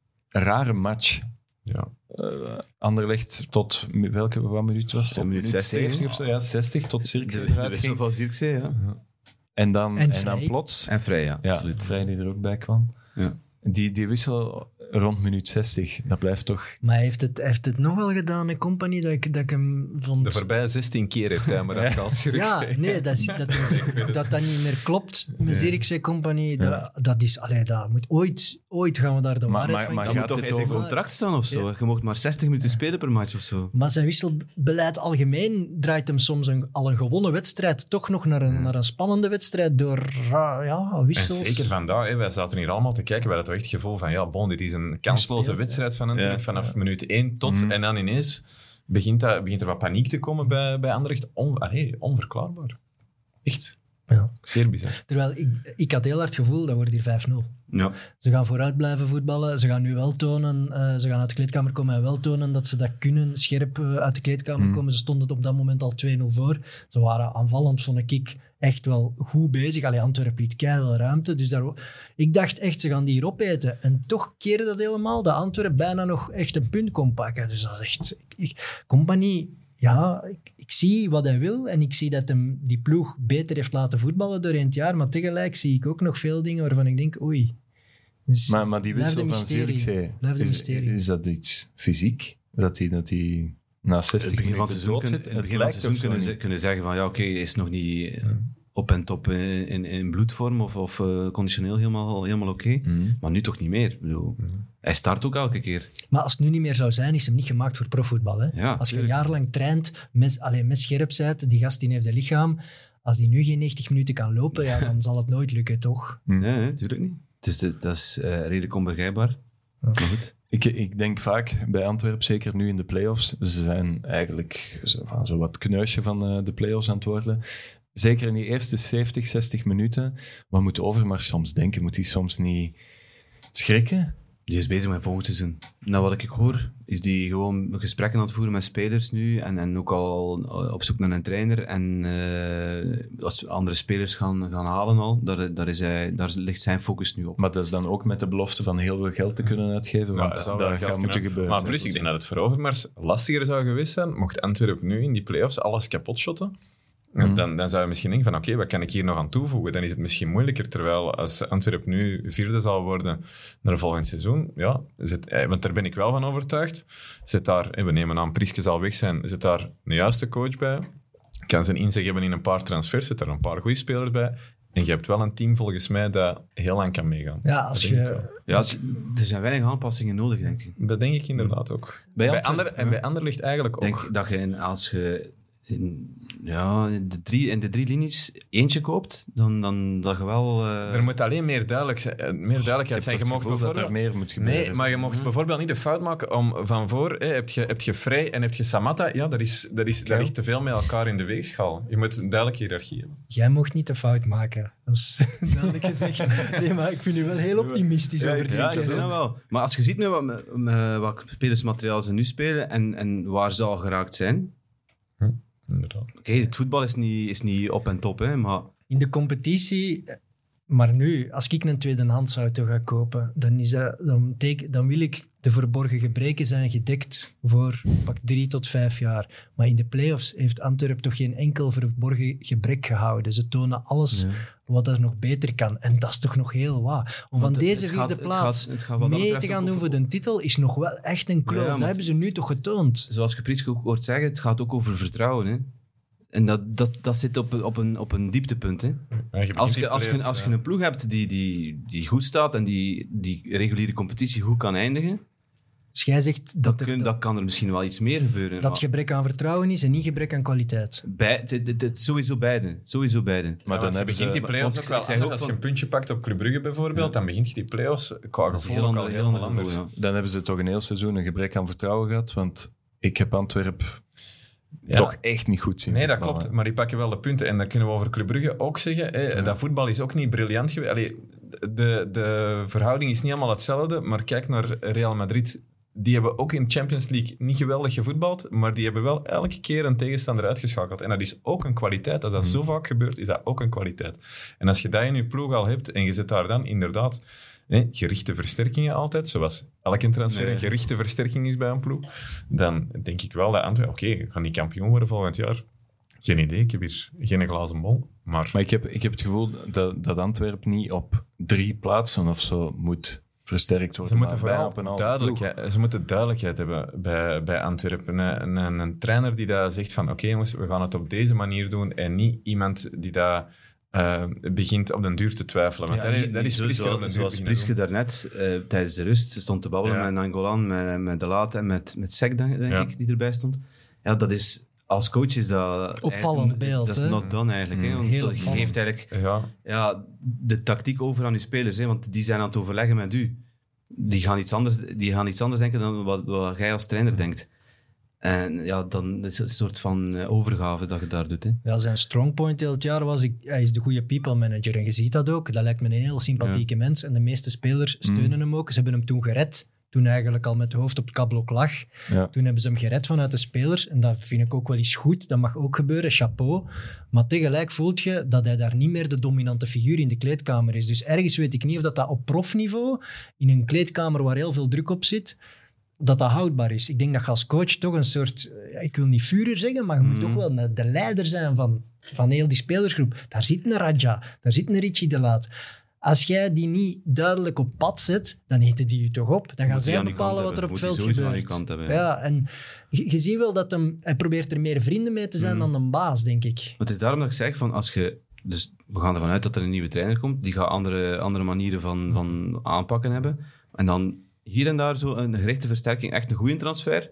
rare match. Ja. Uh, Anderlecht tot welke wat minuut was het? Ja, minuut zestig, zeventig hè? of zo? Ja, zestig tot De, Zirkzee de eruit wissel ging. van Zirkzee, ja. En dan, En en Vrij. dan plots... En vrij, ja. Ja, absoluut. Vrij die er ook bij kwam. Ja. Die, die wissel rond minuut zestig, dat blijft toch... Maar hij heeft het, hij heeft het nog wel gedaan, een compagnie, dat ik, dat ik hem vond... De voorbije zestien keer heeft hij maar dat gehad. Ja, nee, dat, is, dat, dat dat niet meer klopt met Zirkzee Company, dat, dat is... Allee, dat moet ooit, ooit gaan we daar de Maar- waarheid maar- van maar Dat krijgen. moet gaat toch het in zijn over- contract staan of zo? Ja. Je mocht maar zestig minuten spelen per match of zo. Maar zijn wisselbeleid algemeen draait hem soms een, al een gewonnen wedstrijd toch nog naar een, naar een spannende wedstrijd door ra- ja, En wissels. zeker vandaag, hè, wij zaten hier allemaal te kijken, wij hadden toch echt het gevoel van, ja, bon, dit is een kansloze Speelt, wedstrijd van Antwerpen, Ja. vanaf minuut één tot, Mm. en dan ineens begint, dat, begint er wat paniek te komen bij, bij Anderlecht. On, allee, onverklaarbaar. Echt. Ja. Zeer bizar. Terwijl ik, ik had heel hard het gevoel, dat wordt hier vijf nul. Ja. Ze gaan vooruit blijven voetballen. Ze gaan nu wel tonen, uh, ze gaan uit de kleedkamer komen en wel tonen dat ze dat kunnen, scherp uh, uit de kleedkamer Mm. komen. Ze stonden op dat moment al twee nul voor. Ze waren aanvallend, vond ik, echt wel goed bezig. Allee, Antwerpen liet keiveel ruimte. Dus daar, ik dacht echt, ze gaan die hier opeten. En toch keerde dat helemaal, dat Antwerpen bijna nog echt een punt kon pakken. Dus dat is echt... Ik, ik, Compagnie... Ja, ik, ik zie wat hij wil en ik zie dat hem die ploeg beter heeft laten voetballen doorheen het jaar, maar tegelijk zie ik ook nog veel dingen waarvan ik denk, oei. Dus Maar, maar die blijft wissel een van mysterie. Zirkzee, Blijft een is, mysterie. is dat iets fysiek? Dat hij dat die na In zestig het begin van het minuten seizoen, dood kun- zit? in het begin van het lijkt seizoen ook zo kunnen, ze, niet. kunnen zeggen van ja, oké, hij is nog niet eh, op en top in, in, in bloedvorm of, of uh, conditioneel helemaal, helemaal oké. Mm. Maar nu toch niet meer. Ik bedoel, hij start ook elke keer. Maar als het nu niet meer zou zijn, is hem niet gemaakt voor profvoetbal. Hè? Ja, als je tuurlijk. jarenlang traint, met, alleen met scherpheid, die gast die heeft een lichaam, als die nu geen negentig minuten kan lopen, ja, dan zal het nooit lukken, toch? Mm. Nee, natuurlijk niet. Dus dat, dat is uh, redelijk onbegrijpbaar. Maar goed. Ik, ik denk vaak bij Antwerpen, zeker nu in de play-offs, ze zijn eigenlijk zo, van, zo wat kneusje van uh, de play-offs aan het worden. Zeker in die eerste zeventig, zestig minuten. Wat moet Overmars soms denken? Moet hij soms niet schrikken? Die is bezig met volgend seizoen. Nou, wat ik hoor, is die gewoon gesprekken aan het voeren met spelers nu en, en ook al op zoek naar een trainer. En uh, als andere spelers gaan, gaan halen al, daar, daar, is hij, daar ligt zijn focus nu op. Maar dat is dan ook met de belofte van heel veel geld te kunnen uitgeven, Ja, want dat dat, zou wel geld gaat kunnen. moeten gebeuren. Maar plus, ik denk dat het voor Overmars lastiger zou geweest zijn, mocht Antwerpen nu in die play-offs alles kapot shotten. Mm. Dan, dan zou je misschien denken van, oké, okay, wat kan ik hier nog aan toevoegen? Dan is het misschien moeilijker, terwijl als Antwerpen nu vierde zal worden naar het volgend seizoen, ja, zit, eh, want daar ben ik wel van overtuigd, zit daar, eh, we nemen aan, Priske zal weg zijn, zit daar een juiste coach bij, kan zijn inzet hebben in een paar transfers, zit daar een paar goede spelers bij, En je hebt wel een team volgens mij dat heel lang kan meegaan. Ja, als Dat denk ik je... wel. Ja, het- er zijn weinig aanpassingen nodig, denk ik. Dat denk ik inderdaad ook. Bij Bij Antwerpen, ander, en bij Anderlecht eigenlijk Ik ook. denk dat je in- als je in, ja, in, de drie, in de drie linies eentje koopt, dan, dan dat je wel... uh... Er moet alleen meer, duidelijk zijn, eh, meer duidelijkheid zijn. Je mocht dat er bijvoorbeeld... meer moet gebeuren. Nee, maar je mocht bijvoorbeeld niet de fout maken om van voor... Hè, heb, je, heb je Vrij en heb je Samatta? Ja, dat, is, dat, is, dat ligt te veel met elkaar in de weegschaal. Je moet een duidelijke hiërarchie hebben. Jij mocht niet de fout maken. Dat is duidelijk gezegd. Nee, maar ik vind u wel heel optimistisch over het Ja, ik weekend. vind dat wel. Maar als je ziet met wat, met, met wat spelersmateriaal ze nu spelen en, en waar ze al geraakt zijn... Inderdaad. Oké, okay, het voetbal is niet, is niet op en top, hè, maar... In de competitie... Maar nu, als ik een tweedehands auto ga kopen, dan, is dat, dan, teken, dan wil ik de verborgen gebreken zijn gedekt voor pak drie tot vijf jaar. Maar in de play-offs heeft Antwerpen toch geen enkel verborgen gebrek gehouden. Ze tonen alles Ja. wat er nog beter kan. En dat is toch nog heel wat. Om van Want het- deze het vierde gaat- het plaats gaat- het gaat wat dat mee te betreft gaan ook doen over- voor de titel is nog wel echt een kloof. Ja, dat maar hebben ze nu toch getoond. Zoals je Priske ook hoort zeggen, het gaat ook over vertrouwen. Hè. En dat, dat, dat zit op, een- op, een, op een dieptepunt. Hè. Ja, je begint Als, die je, als, je, play-offs, als je ja. een ploeg hebt die, die, die goed staat en die, die reguliere competitie goed kan eindigen, Dus jij zegt dan, dat, er, kun, dat, dan kan er misschien wel iets meer gebeuren. dat maar gebrek aan vertrouwen is en niet gebrek aan kwaliteit. bij, het- het- het- sowieso beide. Sowieso beide. Maar Maar dan dan hebben begint ze... die play-offs want ook ik wel zeg anders. ook Als je van- een puntje pakt op Club Brugge bijvoorbeeld, dan begint je die play-offs qua Dat is een gevoel heel ook ander, al heel helemaal ander anders. gevoel, ja. Dan hebben ze toch een heel seizoen een gebrek aan vertrouwen gehad, want ik heb Antwerpen Ja. toch echt niet goed zien Nee, dat voetballen. klopt. Maar die pakken wel de punten. En dat kunnen we over Club Brugge ook zeggen. Hè. Dat voetbal is ook niet briljant geweest. Allee, de, de verhouding is niet allemaal hetzelfde. Maar kijk naar Real Madrid. Die hebben ook in de Champions League niet geweldig gevoetbald. Maar die hebben wel elke keer een tegenstander uitgeschakeld. En dat is ook een kwaliteit. Als dat zo vaak gebeurt, is dat ook een kwaliteit. En als je dat in je ploeg al hebt en je zet daar dan inderdaad... Nee, gerichte versterkingen altijd, zoals elke transfer Nee. een gerichte versterking is bij een ploeg, dan denk ik wel dat Antwerpen... Oké, okay, gaan die kampioen worden volgend jaar? Geen idee, ik heb hier geen glazen bol. Maar, Maar ik heb, ik heb het gevoel dat, dat Antwerpen niet op drie plaatsen of zo moet versterkt worden. ze moeten maar bijna vooral op een halve duidelijkheid, ze moeten duidelijkheid hebben bij, bij Antwerpen. Een, een, een trainer die dat zegt van oké jongens, we gaan het op deze manier doen en niet iemand die dat uh, begint op den duur te twijfelen. Want Ja, dat, niet- dat niet is zo- Priske op zoals, den duur zoals beginnen Priske doen. daarnet uh, tijdens de rust stond te babbelen Ja. met Nangolan, met, met De Laat en met, met Sek, denk Ja. ik, die erbij stond. Ja, dat is... Als coach is dat... Opvallend eigenlijk- beeld, Dat is hè? not done eigenlijk. Hè? Mm. Want Heel dat- je opvallend. geeft eigenlijk Ja, ja, de tactiek over aan je spelers, hè? Want die zijn aan het overleggen met u. Die gaan iets anders, die gaan iets anders denken dan wat, wat jij als trainer denkt. En ja, dan is het een soort van eh, overgave dat je daar doet. Hè? Ja, zijn strongpoint heel het jaar was, ik, hij is de goede people manager. En je ziet dat ook. Dat lijkt me een heel sympathieke mens. En de meeste spelers steunen hem ook. Ze hebben hem toen gered. Toen hij eigenlijk al met het hoofd op het kablok lag. Ja. Toen hebben ze hem gered vanuit de spelers. En dat vind ik ook wel eens goed. Dat mag ook gebeuren. Chapeau. Maar tegelijk voelt je dat hij daar niet meer de dominante figuur in de kleedkamer is. Dus ergens weet ik niet of dat, dat op profniveau, in een kleedkamer waar heel veel druk op zit, dat dat houdbaar is. Ik denk dat je als coach toch een soort... ja, ik wil niet vurer zeggen, maar je moet Mhm. toch wel de leider zijn van, van heel die spelersgroep. Daar zit een Raja, daar zit een Richie de Laat. Als jij die niet duidelijk op pad zet, dan eten die je toch op. Dan gaan Moet die zij aan die bepalen kant wat er op het hebben. veld Moet die sowieso gebeurt. aan die kant hebben, ja. Ja, en je, je ziet wel dat hem, hij probeert er meer vrienden mee te zijn Mhm. dan een baas, denk ik. Maar het is daarom dat ik zeg, van als je, dus we gaan ervan uit dat er een nieuwe trainer komt, die gaat andere, andere manieren van, van aanpakken hebben. En dan hier en daar zo een gerichte versterking, echt een goede transfer,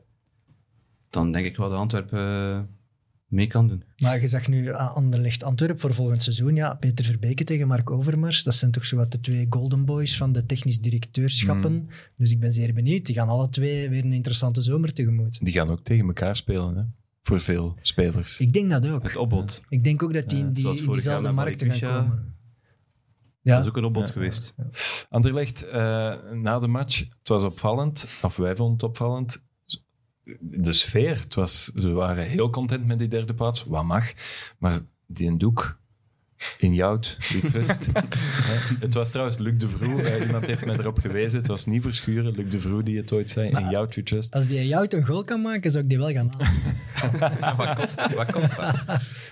dan denk ik wel dat Antwerpen uh, mee kan doen. Maar je zag nu aan Anderlecht Antwerp voor volgend seizoen. Ja, Peter Verbeke tegen Mark Overmars. Dat zijn toch zowat de twee golden boys van de technisch directeurschappen. Mm. Dus ik ben zeer benieuwd. Die gaan alle twee weer een interessante zomer tegemoet. Die gaan ook tegen elkaar spelen, hè? Voor veel spelers. Ik denk dat ook. Het opbod. Ik denk ook dat die in die, zoals in vorig jaar diezelfde met markten gaan Marikwisha. komen. Ja, Dat is ook een opbod Ja. geweest. Anderlecht, uh, na de match, het was opvallend, of wij vonden het opvallend, de sfeer. Het was, ze waren heel content met die derde plaats, wat mag. Maar die een doek in Jout, liet rust. Het was trouwens Luc de Vroe, uh, iemand heeft mij erop gewezen. Het was niet Verschuren, Luc de Vroe die het ooit zei, Maar- in Jout we trust. als die jou een goal kan maken, zou ik die wel gaan halen. wat kost dat? Wat kost dat?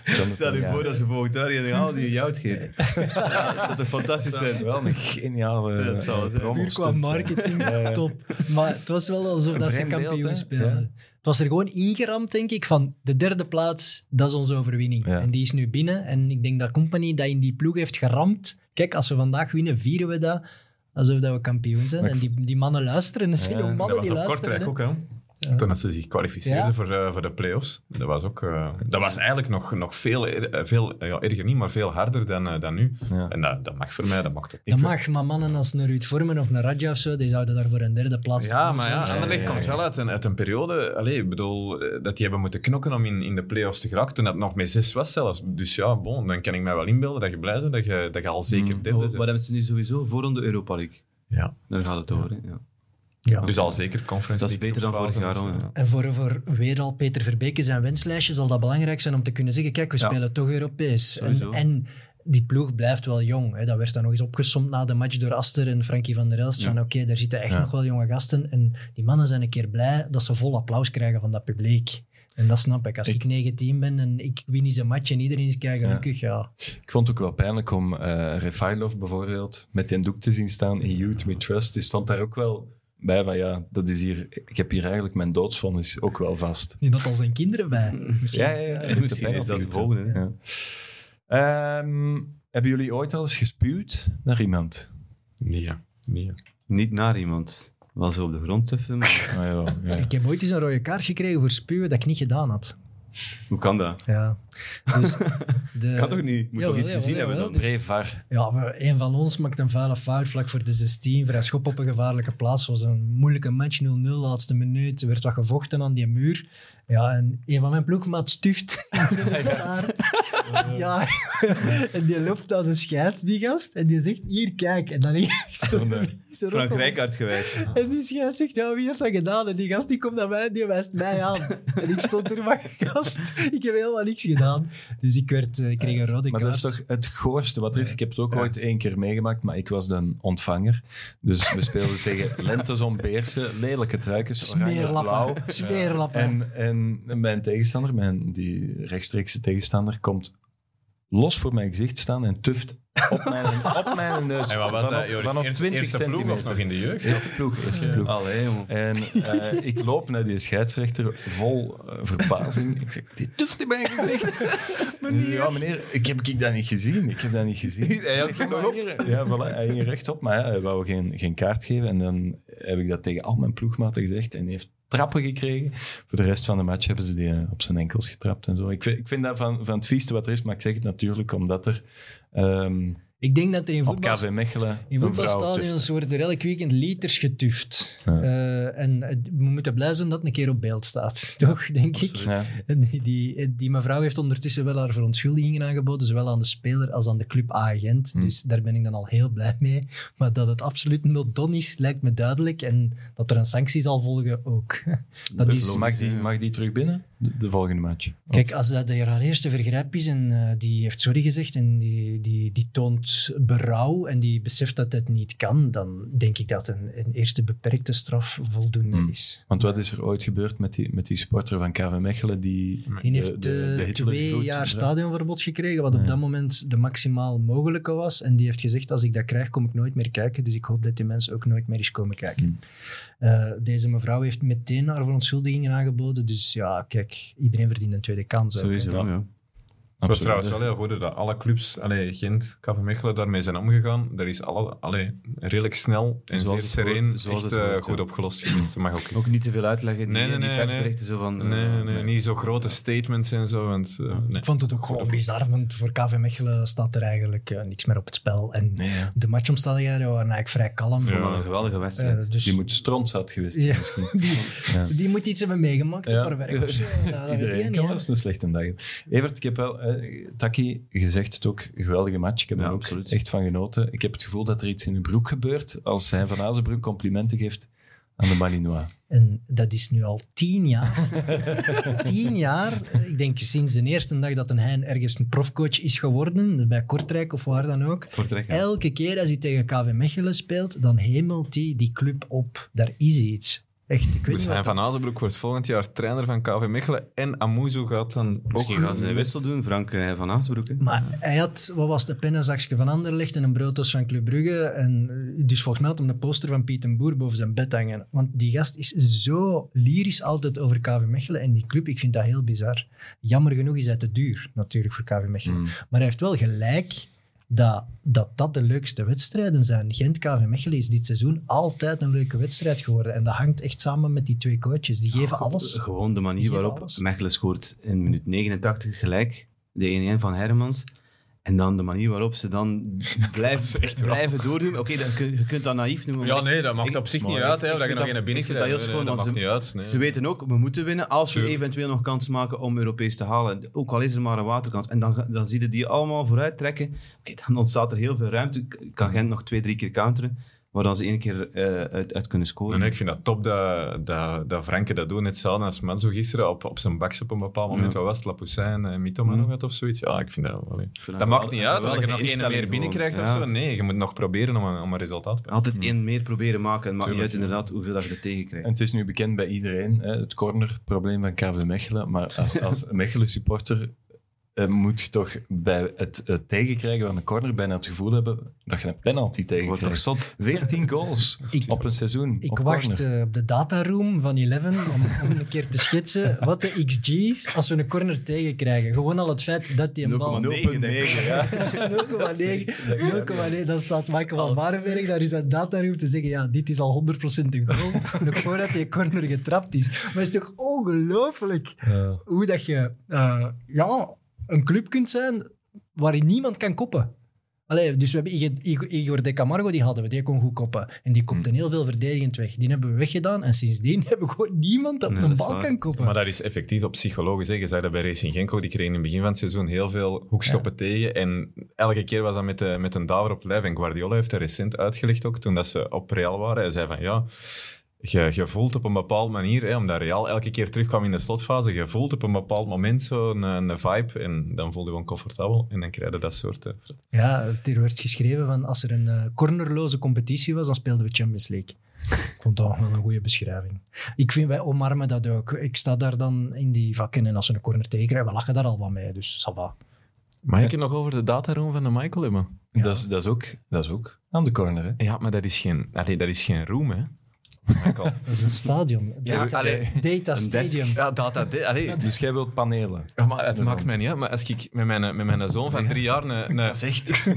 Stel je voor dat ze volgend jaar die al die jout geven. Ja, dat zou toch fantastisch zijn. Wel een geniale Ja, dat zal het zijn. promo Puur qua stunt zijn. marketing, Ja, ja. top. Maar het was wel alsof Een dat ze vreemd beeld, kampioen hè? speelden. Ja. Het was er gewoon ingeramd, denk ik, van de derde plaats, dat is onze overwinning. Ja. En die is nu binnen. En ik denk dat Company dat in die ploeg heeft geramd. Kijk, als we vandaag winnen, vieren we dat alsof dat we kampioen zijn. Maar En ik die, die mannen luisteren. Dat zijn Ja, jonge Dat mannen was die op luisteren. Kortrijk hè. ook, hè? Toen dat ze zich kwalificeerden Ja. voor, uh, voor de play-offs. Dat was, ook, uh, dat was eigenlijk nog, nog veel, er, veel ja, erger niet, maar veel harder dan, uh, dan nu. Ja. En dat, dat mag voor mij, dat mag toch. Dat mag, maar mannen als een Ruud Vormen of een Radja of zo, die zouden daar voor een derde plaats Ja, voor maar ja, zijn. Anderlecht ja, komt ja. wel uit een, uit een periode, allee, ik bedoel, eh, dat die hebben moeten knokken om in, in de play-offs te geraken, toen dat nog met zes was zelfs. Dus ja, bon, dan kan ik mij wel inbeelden dat je blij bent dat je, dat je al zeker Mm. derde Oh, bent. wat hebben ze nu sowieso voor de Europa League? Ja. Daar gaat het over. Hè? Ja. Ja. Dus al zeker Conference Dat is League beter dan vorig groepsfase, jaar dus, al, ja. En voor, voor weer al Peter Verbeke zijn wenslijstje zal dat belangrijk zijn om te kunnen zeggen, kijk, we Ja. spelen toch Europees. En, Sowieso. en die ploeg blijft wel jong. Hè. Dat werd dan nog eens opgesomd na de match door Aster en Frankie van der Elst. Ja. Van oké, daar zitten echt Ja. nog wel jonge gasten. En die mannen zijn een keer blij dat ze vol applaus krijgen van dat publiek. En dat snap ik. Als ik, Ik- negentien ben en ik win eens een match en iedereen is kei gelukkig, ja. Ik vond het ook wel pijnlijk om uh, Refailov bijvoorbeeld met die doek te zien staan in Youth We Trust. Die stond daar ook wel bij van ja, dat is hier, ik heb hier eigenlijk mijn doodsvonnis ook wel vast. Die had al zijn kinderen bij. Misschien. Ja, ja, ja. En misschien is dat de volgende, hè. Ja. Ehm, hebben jullie ooit al eens gespuwd naar iemand? Nee, ja. Nee, ja. Niet naar iemand. Wel zo op de grond tuffen. Maar Ah, ja, ja. Ik heb ooit eens een rode kaart gekregen voor spuwen dat ik niet gedaan had. hoe kan dat? Ja. Dus de, Kan toch niet? Moet Jawel, toch iets jawel, gezien hebben jawel. dan? Dus- Pre-var. Ja, maar een van ons maakt een vuile fout vlak voor de zestien. Vrij schop op een gevaarlijke plaats. Het was een moeilijke match, nul nul, laatste minuut. Er werd wat gevochten aan die muur. Ja, en een van mijn ploegmaat stuft. Ja, en die loopt naar de scheid, die gast. En die zegt, hier, kijk. En dan ligt zo, zo Frank Rijkaard geweest. En die scheid zegt, ja, wie heeft dat gedaan? En die gast die komt naar mij en die wijst mij aan. En ik stond er maar gast. Ik heb helemaal niks gedaan. Dus ik, werd, eh, ik kreeg een rode Maar kaart. dat is toch het goorste wat er is. Ik heb het ook Ja. ooit één keer meegemaakt, maar ik was de ontvanger. Dus we speelden tegen Lentezon Beersen, lelijke truikens, oranje, blauw. Smeerlappen. Smeerlappen. En, en mijn tegenstander, mijn, die rechtstreekse tegenstander, komt los voor mijn gezicht staan en tuft op mijn, op mijn neus. En wat was Van dat, op- Joris? van op Eerste- twintig eerste ploeg centimeter. of nog in de jeugd? Eerste ploeg, eerste ploeg. Allee, jongen. En eh, ik loop naar die scheidsrechter vol eh, verbazing. Ik zeg, die tuft in mijn gezicht. meneer. Ja, meneer, ik heb ik dat niet gezien. Ik heb dat niet gezien. Hij had Ik zeg, het nog "Maar hier." Ja, voilà, hij ging rechtop, maar ja, hij wou geen, geen kaart geven. En dan heb ik dat tegen al mijn ploegmaten gezegd. En hij heeft trappen gekregen. Voor de rest van de match hebben ze die eh, op zijn enkels getrapt en zo. Ik vind, ik vind dat van, van het vieste wat er is, maar ik zeg het natuurlijk omdat er ehm, Ik denk dat er in op voetbal... K V Mechelen In een vrouw voetbalstadions tuft. wordt er elk weekend liters getuft. Ja. Eh, en het- we moeten blij zijn dat het een keer op beeld staat. Toch, denk ik. Ja. En Die, die, die mevrouw heeft ondertussen wel haar verontschuldigingen aangeboden, zowel aan de speler als aan de clubagent. Hmm. Dus daar ben ik dan al heel blij mee. Maar dat het absoluut not done is, lijkt me duidelijk. En dat er een sanctie zal volgen ook. Dat Dat is, is Mag die, ja. mag die terug binnen? De, de volgende match. Kijk, als dat de haar eerste vergrijp is en uh, die heeft sorry gezegd en die, die, die toont berouw en die beseft dat het niet kan, dan denk ik dat een, een eerste beperkte straf voldoende Hmm. is. Want wat is er ooit gebeurd met die, met die supporter van K V Mechelen die... Die de- heeft de- de uh, Hitler twee doet, jaar ja. stadionverbod gekregen, wat op Ja. dat moment de maximaal mogelijke was. En die heeft gezegd, als ik dat krijg, kom ik nooit meer kijken. Dus ik hoop dat die mensen ook nooit meer eens komen kijken. Hmm. Uh, deze mevrouw heeft meteen haar verontschuldigingen aangeboden. Dus ja, kijk, iedereen verdient een tweede kans. ook, hè. Sowieso, Ja. ja. Het was Absoluut. trouwens wel heel goed dat alle clubs, allee, Gent, K V Mechelen, daarmee zijn omgegaan. Dat is alle, allee, redelijk snel en Zoals zeer het sereen hoort, zoals echt het eh, hoort, goed ja. opgelost geweest. Dat mag ook echt. Ook niet te veel uitleggen. Die, Nee, nee, die nee, persberichten zo van... eh, Nee, nee, nee, niet zo grote statements en zo. Want, uh, nee. Ik vond het ook gewoon bizar, want voor K V Mechelen staat er eigenlijk uh, niks meer op het spel. En Nee, ja. de matchomstandigheden waren eigenlijk vrij kalm. Ja. Wat een geweldige wedstrijd. Uh, dus Die moet strontzat geweest zijn Ja. misschien. die, Ja. die moet iets hebben meegemaakt Ja. op haar werk of zo. Ja, dat weet Iedereen je kan niet, wel hè. eens een slechte dag hebben. Evert, ik heb wel... eh, Taki, je zegt het ook, een geweldige match. Ik heb Ja, er ook absoluut. echt van genoten. Ik heb het gevoel dat er iets in de broek gebeurt als hij Van Azenbroek complimenten geeft aan de Malinois. En dat is nu al tien jaar. tien jaar. Ik denk sinds de eerste dag dat een Hein ergens een profcoach is geworden, bij Kortrijk of waar dan ook. Kortrijk, ja. Elke keer als hij tegen K V Mechelen speelt, dan hemelt hij die club op. Daar is iets. Echt, ik weet Dus niet Hein wat van Azenbroek wordt volgend jaar trainer van K V Mechelen en Amuzu gaat dan ook... Misschien gaan ze een wissel doen, Frank uh, van Azenbroek. Hè? Maar hij had, wat was het, een pennenzakje van Anderlecht en een brooddoos van Club Brugge. En dus volgens mij had hij een poster van Piet en Boer boven zijn bed hangen. Want die gast is zo lyrisch altijd over K V Mechelen en die club. Ik vind dat heel bizar. Jammer genoeg is hij te duur, natuurlijk, voor K V Mechelen. Mm. Maar hij heeft wel gelijk dat, dat dat de leukste wedstrijden zijn. Gent-K V Mechelen is dit seizoen altijd een leuke wedstrijd geworden. En dat hangt echt samen met die twee coaches. Die geven alles. Gewoon de manier Die geven waarop alles. Mechelen scoort in minuut negenentachtig gelijk. De één-één van Hermans. En dan de manier waarop ze dan blijven, blijven doordoen. Oké, okay, je kunt dat naïef noemen. Ja, nee, dat maakt ik, op zich maar niet ik- uit, hè, ik of dat je vind nog dat- geen binnen ik vind dat heel krijgt. schoon, Nee, dat want maakt ze- niet uit. Nee. Ze weten ook, we moeten winnen als we Tuurlijk. eventueel nog kans maken om Europees te halen. Ook al is er maar een waterkans. En dan, ga- dan zie je die allemaal vooruit trekken. Oké, dan ontstaat er heel veel ruimte. Kan Gent nog twee, drie keer counteren. Waar dan ze één keer uh, uit, uit kunnen scoren. Nee, nee, ik vind dat top dat, dat, dat Franke dat doet. Net hetzelfde als Manzo gisteren op, op zijn baks op een bepaald moment. Ja. Wat was het? Lapoussin en Mitoma Ja. nog wat of zoiets? Ja, ik vind dat wel... Ik vind Dat maakt niet wel- uit, wel dat je een nog één instelling meer binnenkrijgt gewoon. of Ja. zo. Nee, je moet nog proberen om een, om een resultaat te pakken. Altijd één meer proberen maken. Het maakt niet Tuurlijk, uit ja. inderdaad hoeveel dat je er tegen krijgt. En het is nu bekend bij iedereen, hè, het cornerprobleem van K V Mechelen. Maar als, als Mechelen-supporter eh, moet je toch bij het, het tegenkrijgen van een corner bijna het gevoel hebben dat je een penalty Wordt toch tegenkrijgt. zot? veertien goals Ik- op een seizoen. Ik op wacht corner. eh, op de dataroom van Eleven om, om een keer te schetsen wat de X G is als we een corner tegenkrijgen. Gewoon al het feit dat die een bal... nul komma negen, ja. nul komma negen. nul komma negen. Dan staat Michael van Varenberg daar is een dataroom te zeggen, ja, dit is al honderd procent een goal. Nog voordat die corner getrapt is. Maar het is toch ongelooflijk Ja. hoe dat je eh, ja, een club kunt zijn waarin niemand kan koppen. Allee, dus we hebben Igor- Igor Igor de Camargo, die hadden we, die kon goed koppen. En die kopte heel veel verdedigend weg. Die hebben we weggedaan en sindsdien hebben we gewoon niemand dat Nee, een dat is bal waar. kan koppen. Maar dat is effectief op psychologisch. Hè. Je zag dat bij Racing Genk ook. Die kregen in het begin van het seizoen heel veel hoekschoppen tegen. En elke keer was dat met, de, met een daver op lijf. En Guardiola heeft dat recent uitgelegd ook, toen dat ze op Real waren. Hij zei van, ja, je, je voelt op een bepaalde manier, hè, omdat Real elke keer terugkwam in de slotfase, je voelt op een bepaald moment zo'n een, een vibe. En dan voelde je gewoon comfortabel. En dan krijg je dat soort... Uh, Ja, er werd geschreven van als er een eh, cornerloze competitie was, dan speelden we Champions League. Ik vond dat wel een goede beschrijving. Ik vind, wij omarmen dat ook. Ik sta daar dan in die vakken en als we een corner tegenkrijgen, we lachen daar al wat mee, dus ça va. Mag ik het nog over de dataroom van de Michael hebben? Ja. Dat, is, dat, is ook, dat is ook aan de corner. Hè. Ja, maar dat is geen, allee, dat is geen room, hè. Michael. Dat is een stadion. Ja, Data, allee. data Een desk. Stadium. Ja, data... de- Allee, Dus jij wilt panelen. ja, maar het maakt mij niet uit. Maar als ik met mijn, met mijn zoon van drie jaar... Een, een, echt.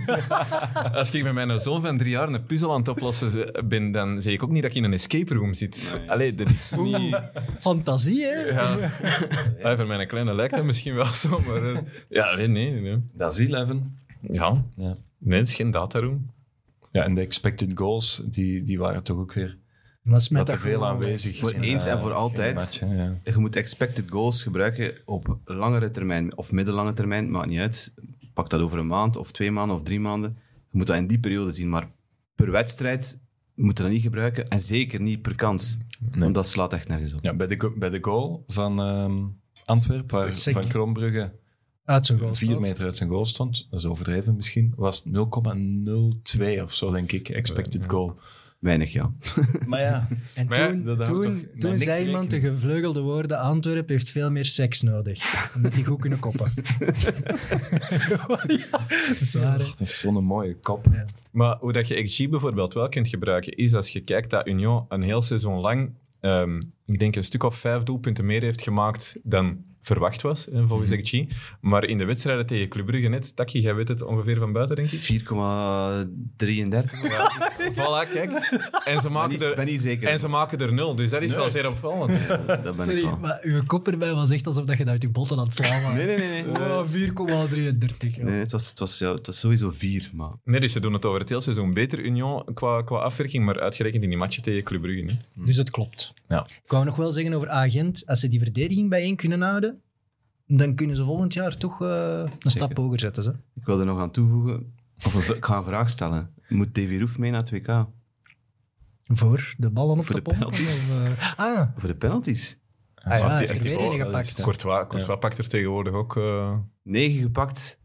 als ik met mijn zoon van drie jaar een puzzel aan het oplossen ben, dan zeg ik ook niet dat ik in een escape room zit. Allee, dat is niet... Fantasie, hè? Ja. Allee, voor mijn kleine lijkt dat misschien wel zo, maar... eh, ja, nee, nee, nee. Dat is eleven. Ja. Ja. Nee, het is geen dataroom. Ja, en de expected goals, die, die waren toch ook weer Maar smet dat te dat veel gewoon aanwezig. Voor in, eens eh, en voor in altijd. de match, hè, ja. Je moet expected goals gebruiken op langere termijn of middellange termijn, maakt niet uit. Pak dat over een maand of twee maanden of drie maanden. Je moet dat in die periode zien, maar per wedstrijd moet je dat niet gebruiken en zeker niet per kans. Nee. Want dat slaat echt nergens op. Ja, bij, de, go- bij de goal van ehm Antwerpen, waar Sick. Van Krombrugge Uit zijn goal vier staat. meter uit zijn goal stond, dat is overdreven misschien, was het nul komma nul twee of zo, denk ik, expected goal. Weinig, ja. Maar ja, En Maar ja, toen, dat houdt toch toen, met toen niks zei iemand de rekening. gevleugelde woorden: Antwerpen heeft veel meer seks nodig. Omdat die goed kunnen koppen. Ja, dat is waar, hè. dat is zo'n mooie kop. Maar hoe dat je X G bijvoorbeeld wel kunt gebruiken, is als je kijkt dat Union een heel seizoen lang, um, ik denk een stuk of vijf doelpunten meer heeft gemaakt dan verwacht was, hè, volgens Mhm. X G. Maar in de wedstrijden tegen Club Brugge net, Taki, jij weet het ongeveer van buiten, denk ik. vier komma drieëndertig. Voilà, kijk. En ze Ik maken ben er, niet zeker. en ze maken er nul, dus dat is wel Nooit. zeer opvallend. Dat ben ik Sorry, wel. maar uw kop erbij was echt alsof dat je uit je botten aan het slaan was. Nee, nee, nee. nee. Oh, vier komma drieëndertig. Ja. Nee, het was, het, was, ja, het was sowieso vier, maar... Nee, dus ze doen het over het hele seizoen beter, Union, qua, qua afwerking, maar uitgerekend in die matchen tegen Club Brugge. Hè. Dus het klopt. Ja. Ik wou nog wel zeggen over Agent, als ze die verdediging bijeen kunnen houden, dan kunnen ze volgend jaar toch uh, een stap Zeker. hoger zetten. Ze. Ik wil er nog aan toevoegen, of een v- ik ga een vraag stellen. Moet Davy Roef mee naar het W K? Voor de ballen op Voor de, de pomp. penalties. Of, uh, ah, Voor de penalties. ah ja, die hij heeft er echt weer wel- een gepakt. Courtois, Courtois pakt er tegenwoordig ook... eh, Negen gepakt,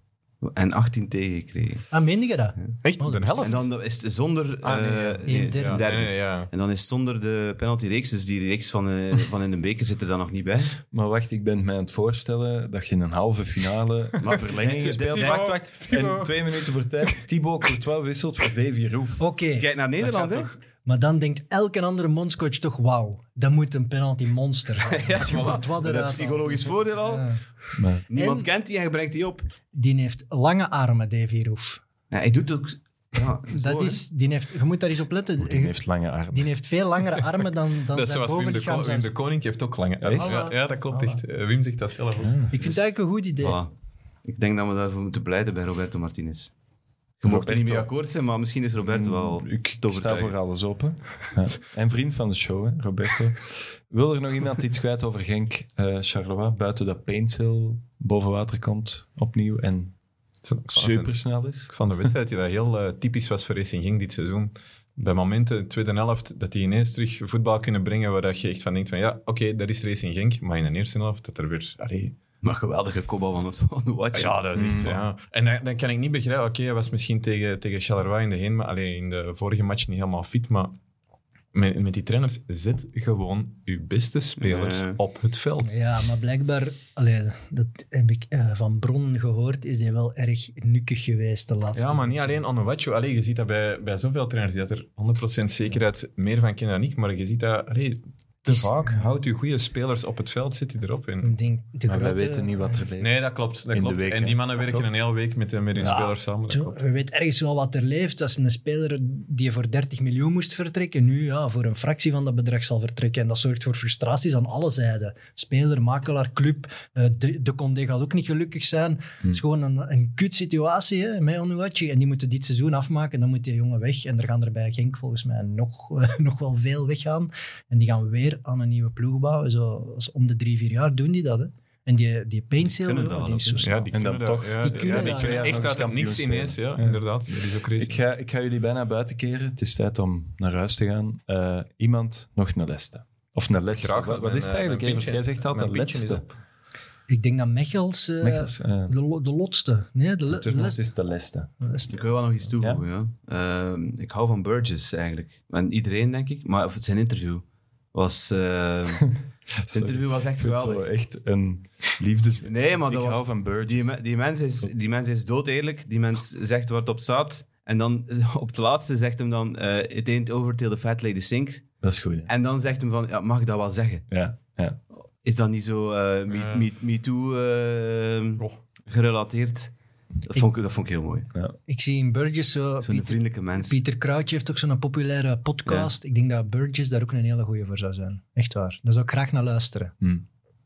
En achttien tegengekregen. Ah, meende je dat? Echt, Oh, de dat helft? En dan is het zonder... Ah, nee, eh, ja. Een derde. een derde. Nee, nee, ja. En dan is het zonder de penaltyreeks, dus die reeks van, uh, van in de beker zit er dan nog niet bij. Maar wacht, ik ben mij aan het voorstellen dat je in een halve finale Maar verlenging gespeeld Thibaut, wacht, wacht. En twee minuten voor tijd, Thibaut Courtois wisselt voor Davy Roef. Oké, Kijk naar Nederland, hè? maar dan denkt elke andere bondscoach toch, wauw, dat moet een penalty monster zijn. Ja, Als je voilà. Courtois Dat eruit is psychologisch haalt. voordeel al. Ja. Maar, Niemand En- kent die en je brengt die op. Die heeft lange armen, Davy Roef. Ja, hij doet ook... Ja, zo, Dat hè. is, die heeft, je moet daar eens op letten. die heeft lange armen. Die heeft veel langere armen dan, dan Dat is zijn zoals Wim de, bovenlichaam. Ko- Wim de Koning heeft ook lange Echt? Ja, ja, dat klopt Voilà. echt. Eh, Wim zegt dat zelf ook. Ik vind het eigenlijk een goed idee. Voilà. Ik denk dat we daarvoor moeten pleiten bij Roberto Martinez. Je mocht er niet mee akkoord zijn, maar misschien is Roberto wel Ik, ik te sta overtuigen. voor alles open. Ja. En vriend van de show, hè, Roberto. Wil er nog iemand iets kwijt over Genk, uh, Charleroi? Buiten dat Paintsill boven water komt, opnieuw, en supersnel is. Van de wedstrijd die dat heel uh, typisch was voor Racing Genk dit seizoen. Bij momenten, de tweede helft, dat die ineens terug voetbal kunnen brengen waar dat je echt van denkt van ja, oké, okay, dat is Racing Genk. Maar in de eerste helft, dat er weer... Allee, Maar geweldige kopbal van, van de Watch. ja, dat is echt... Ja. En dan, dan kan ik niet begrijpen, oké, okay, hij was misschien tegen, tegen Charleroi in de heen, maar alleen in de vorige match niet helemaal fit, maar met, met die trainers, zet gewoon uw beste spelers Ja. op het veld. Ja, maar blijkbaar, allee, dat heb ik uh, van bronnen gehoord, is hij wel erg nukkig geweest de laatste Ja, maar niet weken. alleen Onuachu. Allee, je ziet dat bij, bij zoveel trainers die dat er honderd procent zekerheid meer van kennen dan ik, maar je ziet dat allee, te Is- vaak. Houd je goede spelers op het veld, zit hij erop. En... Ik denk, de Maar wij grote- weten niet wat er leeft. Nee, dat klopt. Dat In de klopt. week, en hè. die mannen werken Toch? een hele week met, met hun Ja, spelers samen. Dat Zo, klopt. je weet ergens wel wat er leeft. Als een speler die voor dertig miljoen moest vertrekken, nu ja, voor een fractie van dat bedrag zal vertrekken. En dat zorgt voor frustraties aan alle zijden. Speler, makelaar, club. Uh, de, de Condé gaat ook niet gelukkig zijn. Het is gewoon een, een kut situatie hè, met Onuachu. En die moeten dit seizoen afmaken. Dan moet die jongen weg. En er gaan er bij Genk volgens mij nog, uh, nog wel veel weggaan. En die gaan weer aan een nieuwe ploeg bouwen. Zo, als om de drie, vier jaar doen die dat. Hè. En die, die Paintsill, kunnen ja, dat die wel is zo ook, hè. snel. Ja, die En kunnen dan dat. toch- Ja, die die, kunnen ja, die dat, kunnen ja. echt Nog uit het kampioen niks spelen. ineens. Ja, Ja. inderdaad. Dat is ook crazy. Ik ga, ik ga jullie bijna buiten keren. Het is tijd om naar huis te gaan. Uh, iemand nog een leste. Of een letste. Graag, Wat, wat mijn, is het eh, eigenlijk, mijn Evert? Jij pintje- zegt altijd mijn pintje is letste. op. Ik denk dat Mechels, uh, Mechels, uh, de, lo- de lotste. Nee, de, le- de Turnhout les- is de leste. de leste. Ik wil wel nog iets toevoegen. Ja? Uh, ik hou van Burgess eigenlijk. En iedereen, denk ik. Maar of zijn interview was... Uh, het interview was echt Ik vind het geweldig. zo echt een liefdes... Nee, maar ik dat hou was... van Burgess. Die, me- die, mens is, die mens is dood eerlijk. Die mens zegt waar het op staat. En dan op het laatste zegt hem dan... Uh, it ain't over till the fat lady sink. Dat is goed, hè? En dan zegt hem van... Ja, mag ik dat wel zeggen? Ja, ja. Is dat niet zo uh, me, Ja. me, me too uh, Oh. gerelateerd? Dat vond, ik, dat vond ik heel mooi. Ik zie in Burgess zo... Zo'n Pieter, vriendelijke mens. Pieter Crouch heeft ook zo'n populaire podcast. Ik denk dat Burgess daar ook een hele goeie voor zou zijn. Echt waar. Daar zou ik graag naar luisteren. Hm.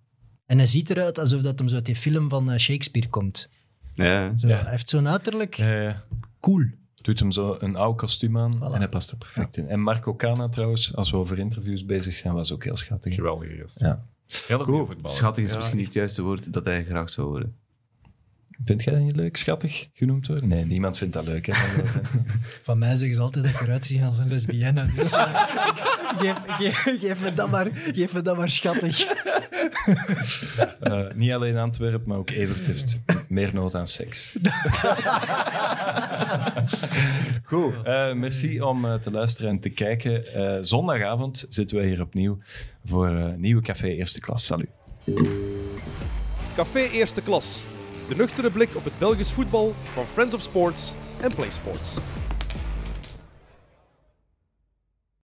En hij ziet eruit alsof dat hem zo uit die film van uh, Shakespeare komt. Ja. Zo, Ja. Hij heeft zo'n uiterlijk. Ja, ja. Cool. Doet hem zo een oud kostuum aan Voilà. en hij past er perfect in. En Marco Cana trouwens, als we over interviews bezig zijn, was ook heel schattig. Geweldige gast. Ja. Hele goede voetballer. Schattig is Ja, misschien niet het juiste woord dat hij graag zou horen. Vind jij dat niet leuk, schattig genoemd worden? Nee, niemand vindt dat leuk. Hè, van de venten. Van mij zeggen ze altijd dat ik eruit zie als een lesbienne. Dus uh, geef, geef, geef, me dat maar, geef me dat maar schattig. Uh, niet alleen Antwerpen, maar ook Evert heeft meer nood aan seks. Goed, uh, merci om uh, te luisteren en te kijken. Uh, zondagavond zitten wij hier opnieuw voor uh, nieuwe Café Eerste Klas. Salut. Café Eerste Klas. De nuchtere blik op het Belgisch voetbal van Friends of Sports en Play Sports.